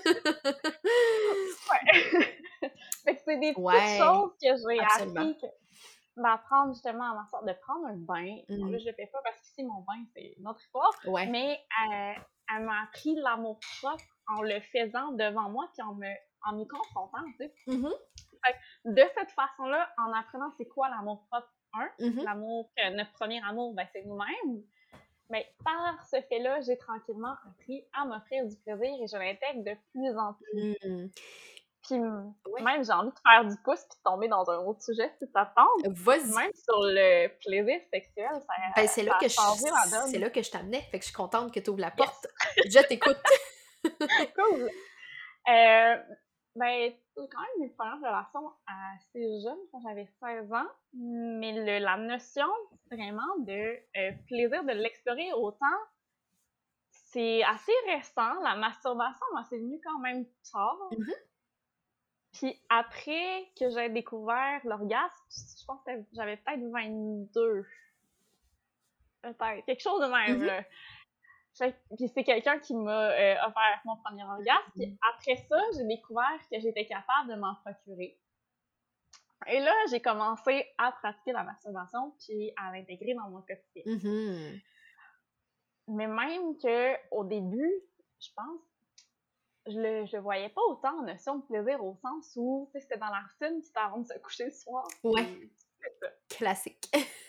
Ouais. Fait que c'est des petites Ouais, choses que j'ai absolument. appris, que, d'apprendre justement à ma sorte, de prendre un bain. Bon, là, Mm. je le fais pas parce qu'ici, mon bain, c'est une autre histoire, Ouais. mais euh, elle m'a appris l'amour-propre en le faisant devant moi, puis en me en m'y confrontant, tu sais. Mhm. Fait que de cette façon-là, en apprenant c'est quoi l'amour-propre, un, Mhm. l'amour, que notre premier amour, ben, c'est nous-mêmes, Mais par ce fait-là, j'ai tranquillement appris à m'offrir du plaisir et je l'intègre de plus en plus. Mmh. Puis m Ouais. même j'ai envie de faire du pouce puis de tomber dans un autre sujet si ça te tente. Vas-y! Même sur le plaisir sexuel, ça Ben, c'est là ça a que je changé la c'est donne. là que je t'amenais, fait que je suis contente que tu ouvres la Yes! porte. Je t'écoute! Cool! Heu, ben, j'ai quand même eu une première relation assez jeune, quand j'avais seize ans, mais le la notion vraiment de, heu, plaisir, de l'explorer autant, c'est assez récent. La masturbation, moi, c'est venu quand même tard. Mmh mh. Puis après que j'ai découvert l'orgasme, je pense que j'avais peut-être vingt-deux. Peut-être, quelque chose de Mmh même, mh. là. Fait puis c'est quelqu'un qui m'a, heu, offert mon premier orgasme, puis après ça, j'ai découvert que j'étais capable de m'en procurer. Et là, j'ai commencé à pratiquer la masturbation, puis à l'intégrer dans mon quotidien. Mmh mh. Mais même qu'au début, je pense, je le je le voyais pas autant en notion de plaisir au sens où, tu sais, c'était dans la routine, puis c'était avant de se coucher le soir, Ouais, puis c'est ça. classique.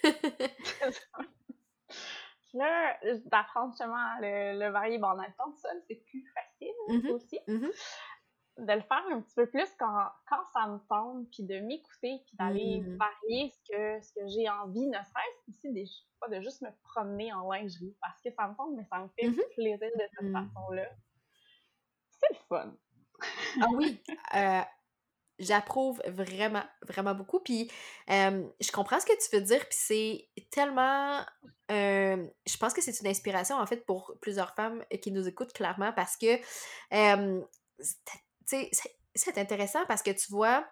Puis là, d'apprendre justement le le varier, bon, en même temps seul, c'est plus facile Mmh mh. aussi. Mmh mh. De le faire un petit peu plus quand quand ça me tente, puis de m'écouter, puis d'aller Mmh. varier ce que ce que j'ai envie, ne serait-ce aussi des pas de juste me promener en lingerie parce que ça me tente, mais ça me Mmh fait mh. plaisir de cette Mmh. façon-là. C'est le fun. Ah oui, heu, j'approuve vraiment, vraiment beaucoup puis, hem, je comprends ce que tu veux dire puis c'est tellement, hem, je pense que c'est une inspiration, en fait, pour plusieurs femmes qui nous écoutent clairement parce que, hem, c tu sais, c'est c'est intéressant parce que tu vois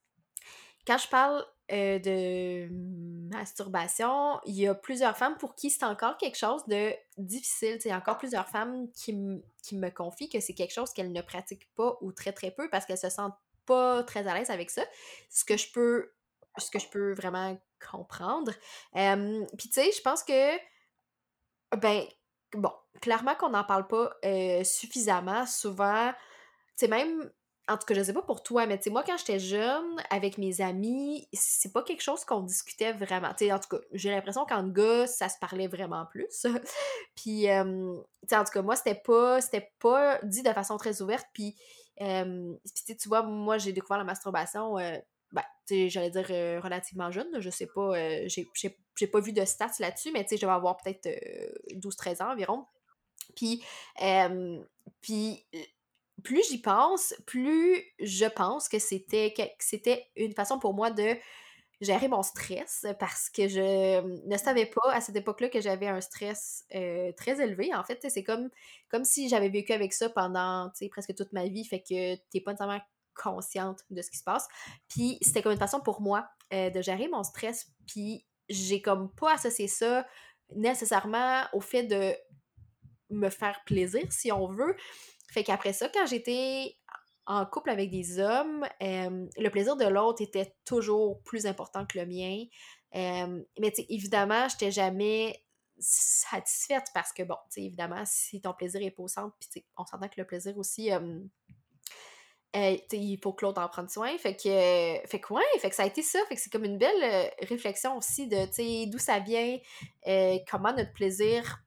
quand je parle, heu, de masturbation, il y a plusieurs femmes pour qui c'est encore quelque chose de difficile. Tu sais, il y a encore plusieurs femmes qui m qui me confient que c'est quelque chose qu'elles ne pratiquent pas ou très, très peu parce qu'elles se sentent pas très à l'aise avec ça. Ce que je peux ce que je peux vraiment comprendre. Hem, puis tu sais, je pense que, ben, bon, clairement qu'on n'en parle pas, heu, suffisamment. Souvent, tu sais, même en tout cas, je sais pas pour toi, mais tu sais, moi, quand j'étais jeune, avec mes amis, c'est pas quelque chose qu'on discutait vraiment. Tu sais, en tout cas, j'ai l'impression qu'entre gars, ça se parlait vraiment plus. Puis, hem, tu sais, en tout cas, moi, c'était pas c'était pas dit de façon très ouverte. Puis, hem, puis tu sais, tu vois, moi, j'ai découvert la masturbation, heu, ben, tu sais, j'allais dire, heu, relativement jeune, là, je sais pas, heu, j'ai j'ai j'ai pas vu de stats là-dessus, mais tu sais, je devais avoir peut-être, heu, douze treize ans environ. Puis, hem, puis, heu, plus j'y pense, plus je pense que c'était que que c'était une façon pour moi de gérer mon stress parce que je ne savais pas à cette époque-là que j'avais un stress, heu, très élevé. En fait, tu sais, c'est comme comme si j'avais vécu avec ça pendant, tu sais, presque toute ma vie, fait que tu es pas nécessairement consciente de ce qui se passe. Puis c'était comme une façon pour moi, heu, de gérer mon stress, puis j'ai comme pas associé ça nécessairement au fait de me faire plaisir, si on veut. Fait qu'après ça, quand j'étais en couple avec des hommes, hem, le plaisir de l'autre était toujours plus important que le mien. Hem, mais tu sais, évidemment, j'étais jamais satisfaite parce que bon, tu sais, évidemment, si ton plaisir est pas au centre, puis tu sais, on s'entend que le plaisir aussi, hem, heu, tu sais, il faut que l'autre en prenne soin. Fait que fait que ouais, fait que ça a été ça. Fait que c'est comme une belle, heu, réflexion aussi de, tu sais, d'où ça vient, heu, comment notre plaisir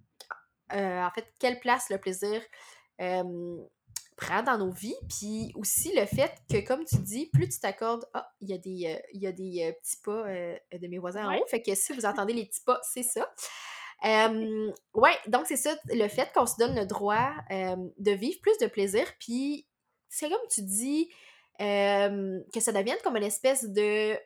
euh, en fait, quelle place le plaisir euh, prend dans nos vies. Puis aussi le fait que, comme tu dis, plus tu t'accordes. Ah, il y a des, euh, il y a des euh, petits pas euh, de mes voisins en Ouais. haut. Fait que si vous entendez les petits pas, c'est ça. Euh, ouais, donc c'est ça, le fait qu'on se donne le droit euh, de vivre plus de plaisir. Puis c'est comme tu dis, euh, que ça devienne comme une espèce de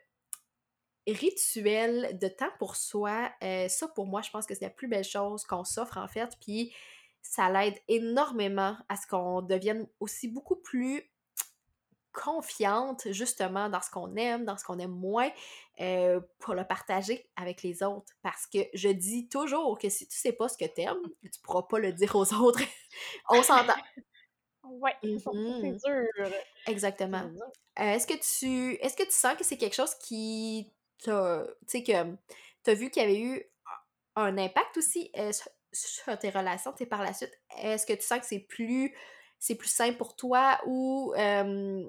rituel de temps pour soi, euh, ça pour moi, je pense que c'est la plus belle chose qu'on s'offre en fait, puis ça l'aide énormément à ce qu'on devienne aussi beaucoup plus confiante justement dans ce qu'on aime, dans ce qu'on aime moins, euh, pour le partager avec les autres. Parce que je dis toujours que si tu sais pas ce que t'aimes, tu pourras pas le dire aux autres. On s'entend. Ouais, ça ça c'est Mhm. dur. C'est Exactement. dur. Euh, est-ce que tu est-ce que tu sens que c'est quelque chose qui t'a tu sais que tu as vu qu'il y avait eu un impact aussi euh, sur, sur tes relations, tu sais, par la suite? Est-ce que tu sens que c'est plus c'est plus simple pour toi ou euh,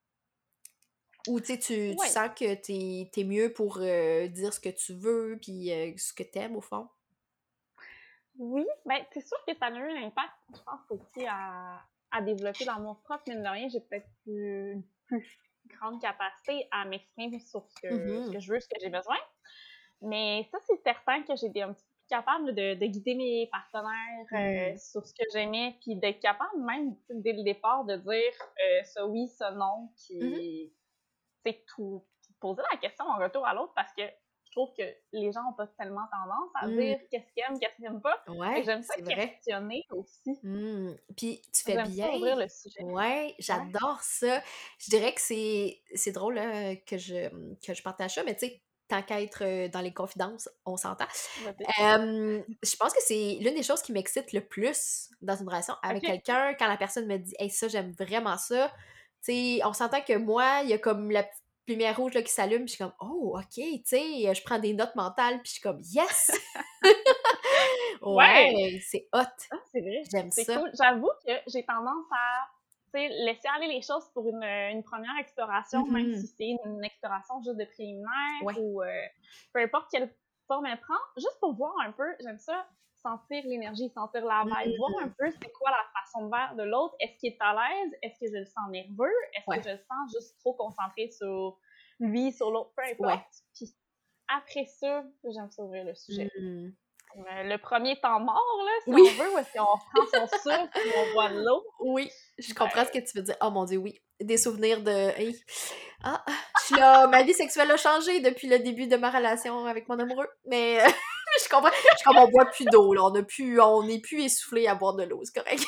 ou tu sais tu, tu Ouais. sens que t'es t'es mieux pour euh, dire ce que tu veux puis euh, ce que t'aimes au fond? Oui, ben c'est sûr que ça a eu un impact, je pense aussi à, à développer l'amour propre, mine de rien, j'ai peut-être plus, une plus grande capacité à m'exprimer sur ce que, ce Mhm. que je veux, ce que j'ai besoin. Mais ça, c'est certain que j'ai été un petit peu plus capable de, de guider mes partenaires euh, Mm. sur ce que j'aimais, puis d'être capable même dès le départ de dire euh, ça oui, ça non, Mhm. puis c'est tout. Poser la question en retour à l'autre parce que je trouve que les gens ont pas tellement tendance à Mm. dire qu'est-ce qu'ils aiment, qu'est-ce qu'ils n'aiment pas. Fait que Ouais, j'aime ça c'est vrai. questionner aussi. Mm. Puis tu fais J'aime bien. ça ouvrir le sujet. Ouais, Ouais. j'adore ça. Je dirais que c'est c'est drôle là, que je que je partage ça, mais tu sais, tant qu'à être euh, dans les confidences, on s'entend. Vas-y. Euh, je pense que c'est l'une des choses qui m'excite le plus dans une relation avec OK. quelqu'un, quand la personne me dit Hey, ça, j'aime vraiment ça. Tu sais, on s'entend que moi, il y a comme la petite lumière rouge là, qui s'allume, puis je suis comme Oh, ok, tu sais, je prends des notes mentales, puis je suis comme Yes! Ouais! Ouais, c'est hot. Ah, c'est vrai. J'aime C'est ça. cool. J'avoue que j'ai tendance à tu sais, laisser aller les choses pour une, une première exploration, même si Mhm. c'est une exploration juste de préliminaire Ouais. ou euh, peu importe quelle forme elle prend, juste pour voir un peu, j'aime ça, sentir l'énergie, sentir la vibe, voir un Mhm. peu c'est quoi la façon de faire de l'autre, est-ce qu'il est à l'aise, est-ce que je le sens nerveux, est-ce que Ouais. je le sens juste trop concentré sur lui, sur l'autre, peu Ouais. importe. Puis après ça, j'aime ça ouvrir le sujet. Mhm. Euh, le premier temps mort, là, si Oui. on veut, où est-ce qu'on reprend son souffle, où on voit l'eau, Oui, je ben, comprends ce que tu veux dire. Oh mon Dieu, oui. Des souvenirs de hey. Ah, ah, je suis là, ma vie sexuelle a changé depuis le début de ma relation avec mon amoureux. Mais euh, je comprends. Je suis comme on boit plus d'eau, là. On a plus, on n'est plus essoufflé à boire de l'eau, c'est correct.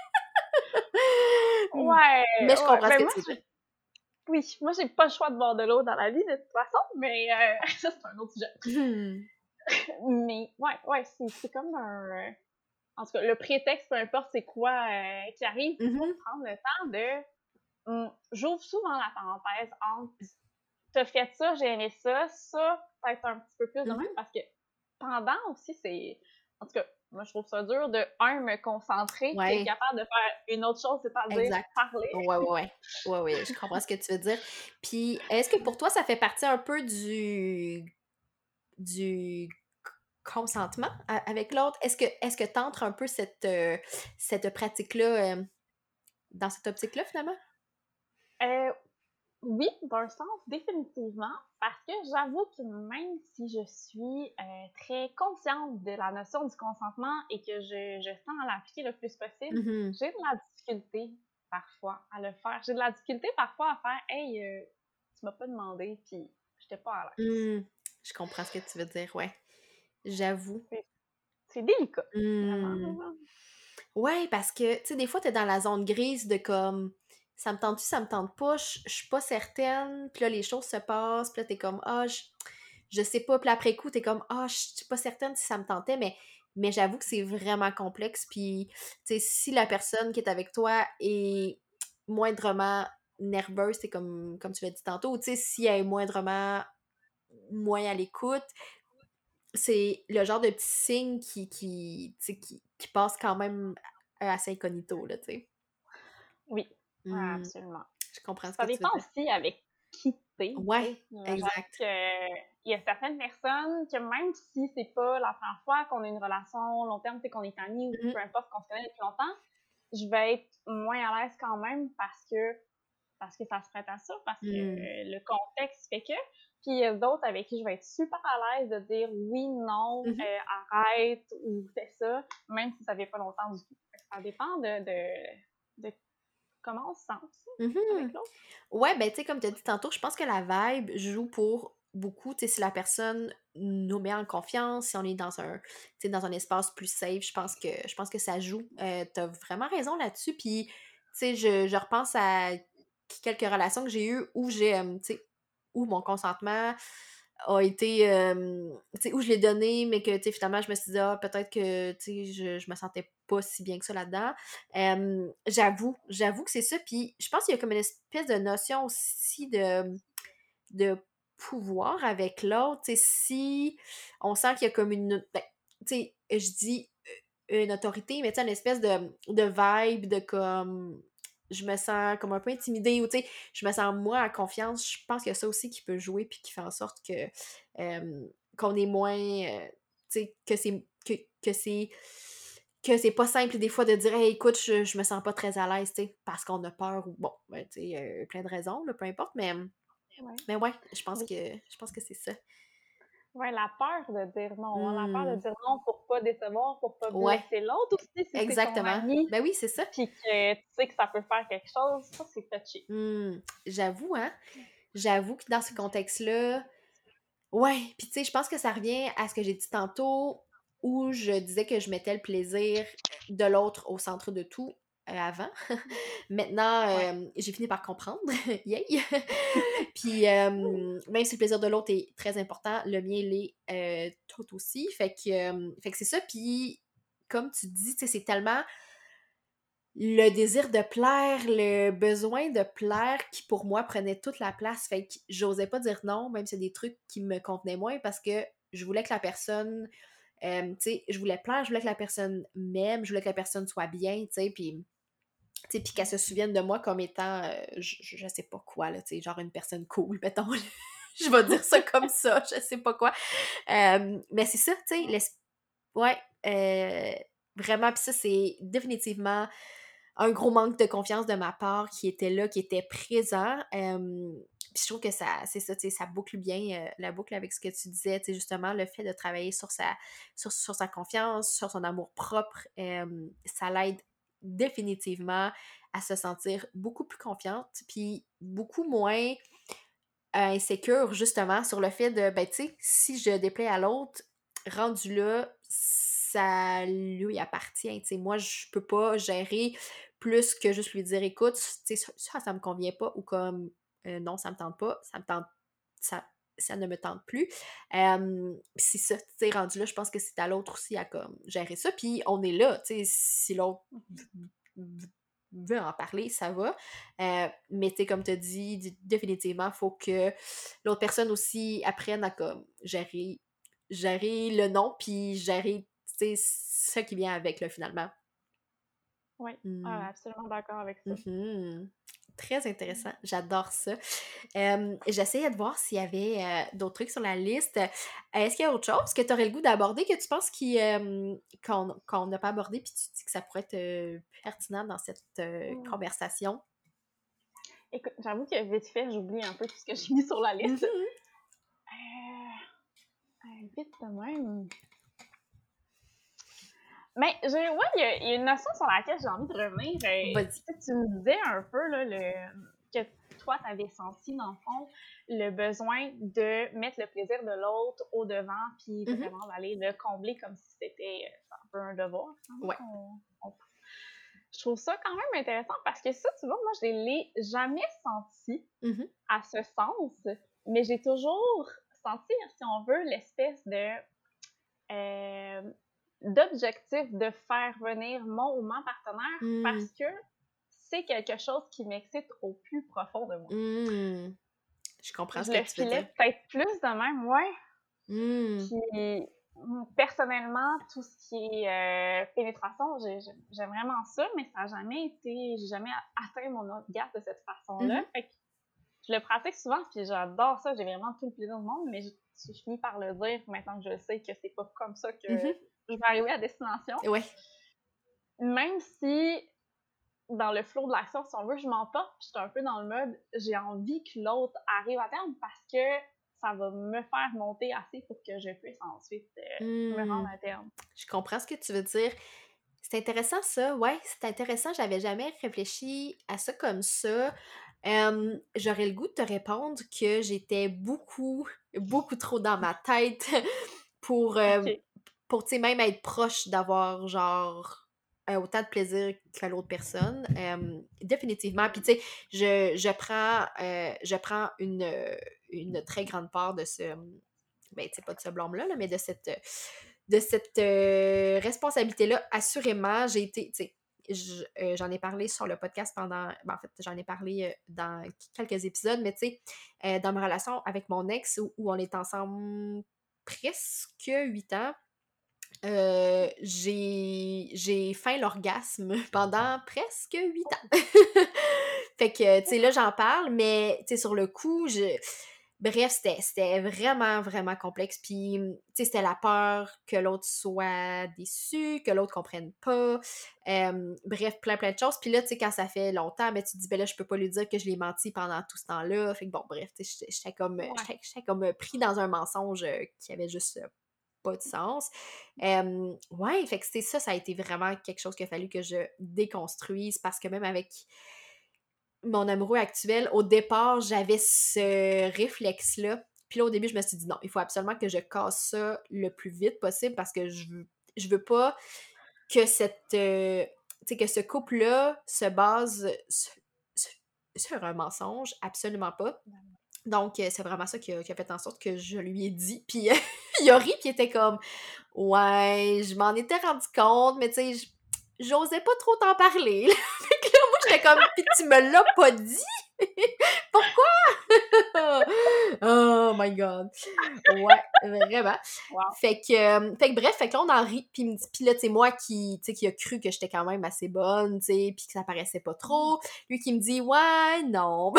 Hmm. ouais, Mais je ouais. comprends ce Ben que moi, tu veux dire. j'ai- oui, moi, j'ai pas le choix de boire de l'eau dans la vie, de toute façon, mais euh, ça, c'est un autre sujet. Hmm. Mais, ouais, ouais, c'est c'est comme un... En tout cas, le prétexte, peu importe c'est quoi euh, qui arrive, il faut Mhm. prendre le temps de... Hum, J'ouvre souvent la parenthèse entre t'as fait ça, j'ai aimé ça, ça, peut-être un petit peu plus de même, Mhm. parce que pendant aussi, c'est. En tout cas, moi, je trouve ça dur de, un, me concentrer, puis être Ouais, capable de faire une autre chose, c'est-à-dire exact. parler. Ouais, ouais, ouais. Ouais, ouais, je comprends ce que tu veux dire. Puis, est-ce que pour toi, ça fait partie un peu du du consentement a- avec l'autre? Est-ce que est-ce que tu entres un peu cette, euh, cette pratique-là euh, dans cette optique-là, finalement? Euh, oui, d'un sens, définitivement, parce que j'avoue que même si je suis euh, très consciente de la notion du consentement et que je, je sens à l'appliquer le plus possible, Mhm. j'ai de la difficulté parfois à le faire. J'ai de la difficulté parfois à faire Hey, euh, tu m'as pas demandé, puis j'étais pas à l'aise. Hmm. Je comprends ce que tu veux dire, ouais. J'avoue. C'est c'est délicat, vraiment. Hmm. Ouais, parce que, tu sais, des fois, t'es dans la zone grise de comme, ça me tente-tu, ça me tente pas, je je suis pas certaine, puis là, les choses se passent, puis là, t'es comme, ah, je, je sais pas, puis là, après coup, t'es comme, ah, je suis pas certaine si ça me tentait, mais, mais j'avoue que c'est vraiment complexe, puis, tu sais, si la personne qui est avec toi est moindrement nerveuse, c'est comme, comme tu l'as dit tantôt, ou tu sais, si elle est moindrement moins à l'écoute, c'est le genre de petit signe qui, qui, tu sais, qui, qui passe quand même assez incognito, là, tu sais. Oui, ouais, Hmm, absolument. je comprends ce que Ça tu veux dépend dire. aussi avec qui t'es, tu Ouais, sais. Euh, J'avoue exact. que il y a certaines personnes que même si c'est pas la première fois qu'on a une relation long terme, c'est qu'on est amis ou Mhm, peu importe qu'on se connaît depuis longtemps, je vais être moins à l'aise quand même parce que parce que ça se prête à ça, parce que hmm, le contexte fait que. Puis il y a d'autres avec qui je vais être super à l'aise de dire oui, non, mhm, euh, arrête ou fais ça, même si ça fait pas longtemps du tout. Fait que ça dépend de, de, de comment on se sent aussi avec mhm. l'autre. Ouais, ben, tu sais, comme tu as dit tantôt, je pense que la vibe joue pour beaucoup, tu sais, si la personne nous met en confiance, si on est dans un, tu sais, dans un espace plus safe, je pense que, je pense que ça joue. Euh, t'as vraiment raison là-dessus, puis, tu sais, je, je repense à quelques relations que j'ai eues où j'ai, euh, tu sais, où mon consentement a été, euh, tu sais, où je l'ai donné, mais que, tu sais, finalement, je me suis dit, ah, peut-être que, tu sais, je, je me sentais pas si bien que ça là-dedans. Euh, j'avoue, j'avoue que c'est ça. Puis je pense qu'il y a comme une espèce de notion aussi de, de pouvoir avec l'autre. Tu sais, si on sent qu'il y a comme une. Ben, tu sais, je dis euh, une autorité, mais tu sais, une espèce de, de vibe de comme. Je me sens comme un peu intimidée ou tu sais, je me sens moi en confiance. Je pense qu'il y a ça aussi qui peut jouer puis qui fait en sorte que euh, qu'on est moins. Euh, tu sais, que c'est que, que c'est que c'est pas simple des fois de dire hey, écoute, je, je me sens pas très à l'aise, tu sais, parce qu'on a peur ou bon, ben, tu sais, euh, plein de raisons, là, peu importe, mais, Ouais. mais ouais, je pense Mais que je pense que c'est ça. ouais, la peur de dire non, hein, la peur de Hmm, dire non pour pas décevoir, pour pas ouais, blesser l'autre aussi, si c'est ton exactement. ami, Ben oui, c'est ça. puis que tu sais que ça peut faire quelque chose, ça, c'est touché. Hmm, j'avoue, hein, j'avoue que dans ce contexte-là, ouais, puis tu sais, je pense que ça revient à ce que j'ai dit tantôt, où je disais que je mettais le plaisir de l'autre au centre de tout euh, avant. Maintenant, Ouais. euh, j'ai fini par comprendre. Yay! Puis, euh, même si le plaisir de l'autre est très important, le mien l'est euh, tout aussi. Fait que, euh, fait que c'est ça. Puis, comme tu dis, tu sais, c'est tellement le désir de plaire, le besoin de plaire qui, pour moi, prenait toute la place. Fait que j'osais pas dire non, même si c'est des trucs qui me convenaient moins, parce que je voulais que la personne, euh, tu sais, je voulais plaire, je voulais que la personne m'aime, je voulais que la personne soit bien, tu sais, puis tu sais, puis qu'elle se souvienne de moi comme étant, euh, je, je je sais pas quoi, là, tu sais, genre une personne cool, mettons. Je vais dire ça comme ça, je sais pas quoi. Euh, mais c'est ça, tu sais, l'es- ouais, euh, vraiment, puis ça, c'est définitivement un gros manque de confiance de ma part qui était là, qui était présent. Euh, puis je trouve que ça, c'est ça, tu sais, ça boucle bien euh, la boucle avec ce que tu disais, tu sais, justement, le fait de travailler sur sa, sur, sur sa confiance, sur son amour propre, euh, ça l'aide définitivement à se sentir beaucoup plus confiante, puis beaucoup moins euh, insécure, justement, sur le fait de, ben, tu sais, si je déplais à l'autre, rendu là, ça lui appartient, tu sais, moi, je peux pas gérer plus que juste lui dire, écoute, tu sais, ça, ça, ça me convient pas, ou comme, euh, non, ça me tente pas, ça me tente, ça, ça ne me tente plus. Euh, pis c'est ça, tu sais, rendu là, je pense que c'est à l'autre aussi à, comme, gérer ça, puis on est là, tu sais, si l'autre veut en parler, ça va. Euh, mais tu sais, comme tu as dit, d- définitivement, il faut que l'autre personne aussi apprenne à comme gérer, gérer le non, puis gérer, tu sais, ce qui vient avec, là, finalement. Oui, Mm. ah, absolument d'accord avec ça. Mhm. Très intéressant, j'adore ça. Euh, j'essayais de voir s'il y avait euh, d'autres trucs sur la liste. Euh, Est-ce qu'il y a autre chose que tu aurais le goût d'aborder que tu penses qui, euh, qu'on qu'on n'a pas abordé, puis tu dis que ça pourrait être euh, pertinent dans cette euh, Mm. conversation? Écoute, j'avoue que vite fait, j'oublie un peu tout ce que j'ai mis sur la liste. Mhm. Euh, euh, vite de même. Mais j'ai, ouais, il y, a- il y a une notion sur laquelle j'ai envie de revenir. Euh, Vas-y. tu sais, tu me disais un peu là, le, que toi, tu avais senti, dans le fond, le besoin de mettre le plaisir de l'autre au devant, puis Mhm. vraiment d'aller le combler comme si c'était euh, un peu un devoir. Finalement, Ouais. qu'on- qu'on- Je trouve ça quand même intéressant parce que ça, tu vois, moi, je ne l'ai jamais senti Mhm. à ce sens, mais j'ai toujours senti, si on veut, l'espèce de euh, d'objectif de faire venir mon ou ma partenaire Mm. parce que c'est quelque chose qui m'excite au plus profond de moi. Mm. Je comprends Je ce que le tu veux filais dire. peut-être plus de même, ouais. Mm. Puis personnellement, tout ce qui est euh, pénétration, j'ai- j'ai- j'aime vraiment ça, mais ça n'a jamais été, j'ai jamais atteint mon orgasme de cette façon-là. Mhm. Fait que je le pratique souvent, puis j'adore ça, j'ai vraiment tout le plaisir du monde, mais je, je finis par le dire maintenant que je sais que c'est pas comme ça que Mhm. je vais arriver à destination. Ouais. Même si, dans le flow de l'action, si on veut, je m'emporte, puis je suis un peu dans le mode, j'ai envie que l'autre arrive à terme parce que ça va me faire monter assez pour que je puisse ensuite euh, me rendre Mm. à terme. Je comprends ce que tu veux dire. C'est intéressant ça, ouais, c'est intéressant. J'avais jamais réfléchi à ça comme ça. Euh, j'aurais le goût de te répondre que j'étais beaucoup, beaucoup trop dans ma tête pour, euh, OK. pour tu sais, même être proche d'avoir genre euh, autant de plaisir que l'autre personne. Euh, définitivement. Puis tu sais, je, je prends, euh, je prends une, une très grande part de ce, ben, tu sais, pas de ce blâme-là, là, mais de cette, de cette euh, responsabilité-là. Assurément, j'ai été, tu sais, je- euh, j'en ai parlé sur le podcast pendant, ben, en fait, j'en ai parlé euh, dans quelques épisodes, mais tu sais, euh, dans ma relation avec mon ex, où, où on est ensemble presque huit ans, euh, j'ai, j'ai faim l'orgasme pendant presque huit ans. Fait que, tu sais, là, j'en parle, mais, tu sais, sur le coup, je Bref, c'était c'était vraiment, vraiment complexe. Puis, tu sais, c'était la peur que l'autre soit déçu, que l'autre comprenne pas. Euh, bref, plein, plein de choses. Puis là, tu sais, quand ça fait longtemps, ben, tu te dis, ben là, je peux pas lui dire que je l'ai menti pendant tout ce temps-là. Fait que bon, bref, tu sais, j'étais j'étais comme, Ouais. j'étais j'étais comme pris dans un mensonge euh, qui avait juste euh, pas de sens. Euh, ouais, fait que c'était ça, ça a été vraiment quelque chose qu'il a fallu que je déconstruise parce que même avec mon amoureux actuel, au départ, j'avais ce réflexe-là. Puis là, au début, je me suis dit non, il faut absolument que je casse ça le plus vite possible parce que je veux, je veux pas que cette. Euh, tu sais, que ce couple-là se base sur, sur- sur un mensonge, absolument pas. Donc, euh, c'est vraiment ça qui a, qui a fait en sorte que je lui ai dit. Puis il a ri, puis il était comme ouais, je m'en étais rendu compte, mais tu sais, j- j'osais pas trop t'en parler. Fait que là, moi, j'étais comme, pis tu me l'as pas dit? Pourquoi? Oh my god. Ouais, vraiment. Wow. Fait que, euh, fait que bref, fait que là, on en rit. Puis, il me dit- puis là, tu sais, moi qui, tu sais, qui a cru que j'étais quand même assez bonne, tu sais, puis que ça paraissait pas trop. Lui qui me dit, ouais, non.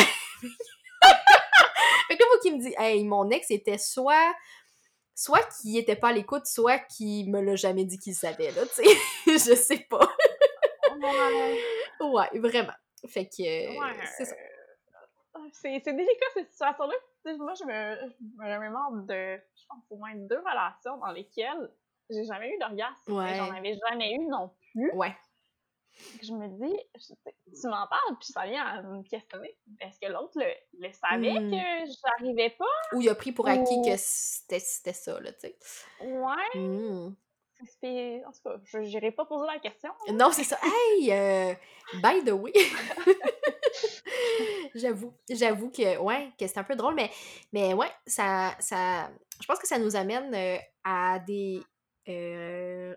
Fait que là, moi qui me dit, hey, mon ex était soit soit qu'il était pas à l'écoute, soit qu'il me l'a jamais dit qu'il savait, là, tu sais. Je sais pas. Ouais. Ouais, vraiment. Fait que, Ouais. euh, c'est ça. euh, C'est c'est délicat cette situation-là. Tu sais, moi, je me, je me remémore de, je pense, au moins deux relations dans lesquelles j'ai jamais eu d'orgasme, mais j'en Ouais. avais jamais eu non plus. Ouais. Fait que je me dis, je- tu m'en parles, puis ça vient à me questionner. Est-ce que l'autre le, le savait Hmm. que j'arrivais pas? Ou il a pris pour acquis que Ou. c'était c'était ça, là, tu sais. Ouais. Hmm. C'est- En tout cas, je n'irai pas poser la question. Non, c'est ça. Hey! euh, by the way, j'avoue, j'avoue que, ouais, que c'est un peu drôle, mais, mais ouais, ça, ça, je pense que ça nous amène euh, à des, euh,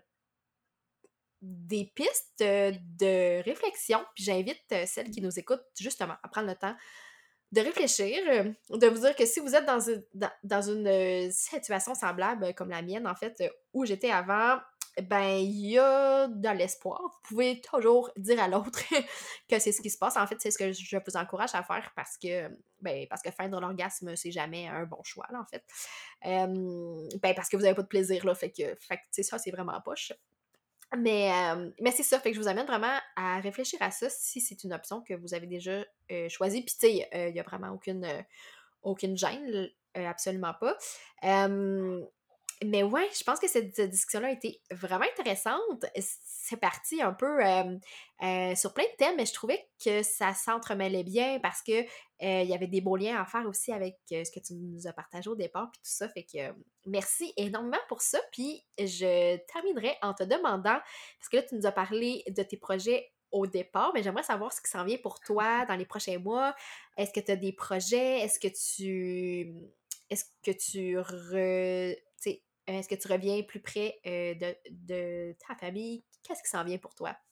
des pistes euh, de réflexion. Puis j'invite euh, celles qui nous écoutent justement à prendre le temps de réfléchir, euh, de vous dire que si vous êtes dans une, dans, dans une euh, situation semblable euh, comme la mienne, en fait, euh, où j'étais avant, ben, il y a de l'espoir. Vous pouvez toujours dire à l'autre que c'est ce qui se passe. En fait, c'est ce que je vous encourage à faire parce que, ben, parce que feindre l'orgasme, c'est jamais un bon choix, là, en fait. Euh, ben, parce que vous n'avez pas de plaisir, là. Fait que, fait que, tu sais, ça, c'est vraiment poche. Mais, euh, mais c'est ça, fait que je vous amène vraiment à réfléchir à ça si c'est une option que vous avez déjà euh, choisie. Puis, tu sais, il n'y a vraiment aucune, euh, aucune gêne, euh, absolument pas. Euh, mais ouais, je pense que cette discussion-là a été vraiment intéressante. C'est parti un peu euh, euh, sur plein de thèmes, mais je trouvais que ça s'entremêlait bien parce que euh, il y avait des beaux liens à faire aussi avec euh, ce que tu nous as partagé au départ, puis tout ça. Fait que euh, merci énormément pour ça. Puis je terminerai en te demandant, parce que là, tu nous as parlé de tes projets au départ, mais j'aimerais savoir ce qui s'en vient pour toi dans les prochains mois. Est-ce que tu as des projets? Est-ce que tu est-ce que tu re, tu sais, est-ce que tu reviens plus près euh, de, de ta famille? Qu'est-ce qui s'en vient pour toi?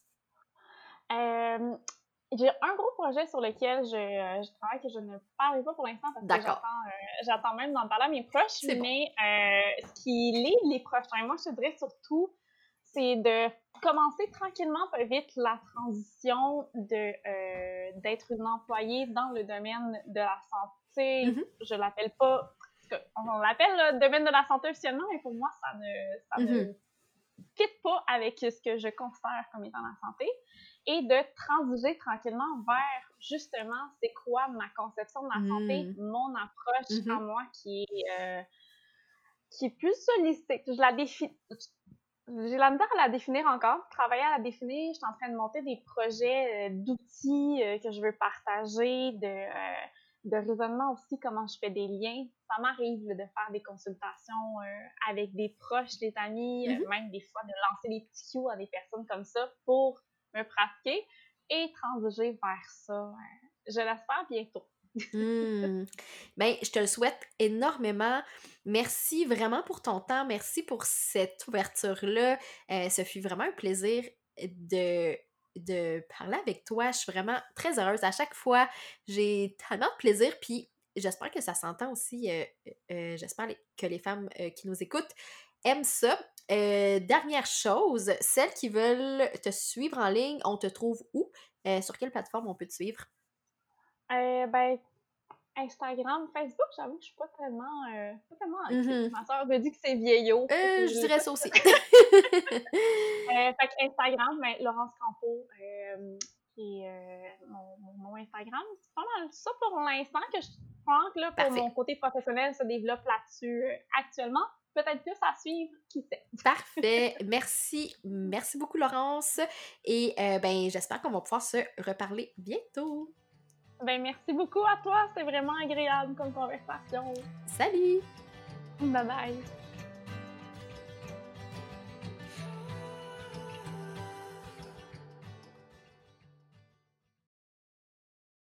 Euh, j'ai un gros projet sur lequel je, euh, je travaille que je ne parlerai pas pour l'instant parce que D'accord. j'attends euh, j'attends même d'en parler à mes proches, C'est bon. mais euh, ce qui lie les prochains mois, je te dirais surtout, c'est de commencer tranquillement pas vite la transition de euh, d'être une employée dans le domaine de la santé. Mhm, Je l'appelle pas, on l'appelle le domaine de la santé officiellement, mais pour moi, ça ne, ça mhm, ne fit pas avec ce que je considère comme étant la santé, et de transiger tranquillement vers justement c'est quoi ma conception de la santé, mhm, mon approche à mhm, moi qui est, euh, qui est plus holistique. Je la définis. J'ai la misère à la définir encore, travailler à la définir. Je suis en train de monter des projets euh, d'outils euh, que je veux partager, de, euh, de raisonnement aussi, comment je fais des liens. Ça m'arrive de faire des consultations euh, avec des proches, des amis, euh, mhm. même des fois de lancer des petits cues à des personnes comme ça pour me pratiquer et transiger vers ça. euh, je l'espère bientôt. Hmm. Ben, je te le souhaite énormément. Merci vraiment pour ton temps. Merci pour cette ouverture-là. Euh, ça fut vraiment un plaisir de, de parler avec toi. Je suis vraiment très heureuse. À chaque fois, j'ai tellement de plaisir. Puis j'espère que ça s'entend aussi. euh, euh, j'espère les- que les femmes euh, qui nous écoutent aiment ça. Euh, dernière chose, celles qui veulent te suivre en ligne, on te trouve où? Euh, sur quelle plateforme on peut te suivre? Euh, ben, Instagram, Facebook, j'avoue que je suis pas tellement, euh, pas tellement active. Mm-hmm. Ma soeur me dit que c'est vieillot. Euh, je je dirais ça aussi. euh, fait que Instagram, ben, Laurence Campo, euh, qui est euh, mon, mon, mon Instagram. C'est pas mal ça pour l'instant que je pense que là, pour Parfait. mon côté professionnel se développe là-dessus euh, actuellement. Peut-être plus à suivre, qui sait. Parfait. Merci. Merci beaucoup, Laurence. Et euh, ben, j'espère qu'on va pouvoir se reparler bientôt. Ben, merci beaucoup à toi. C'était vraiment agréable comme conversation. Salut! Bye bye!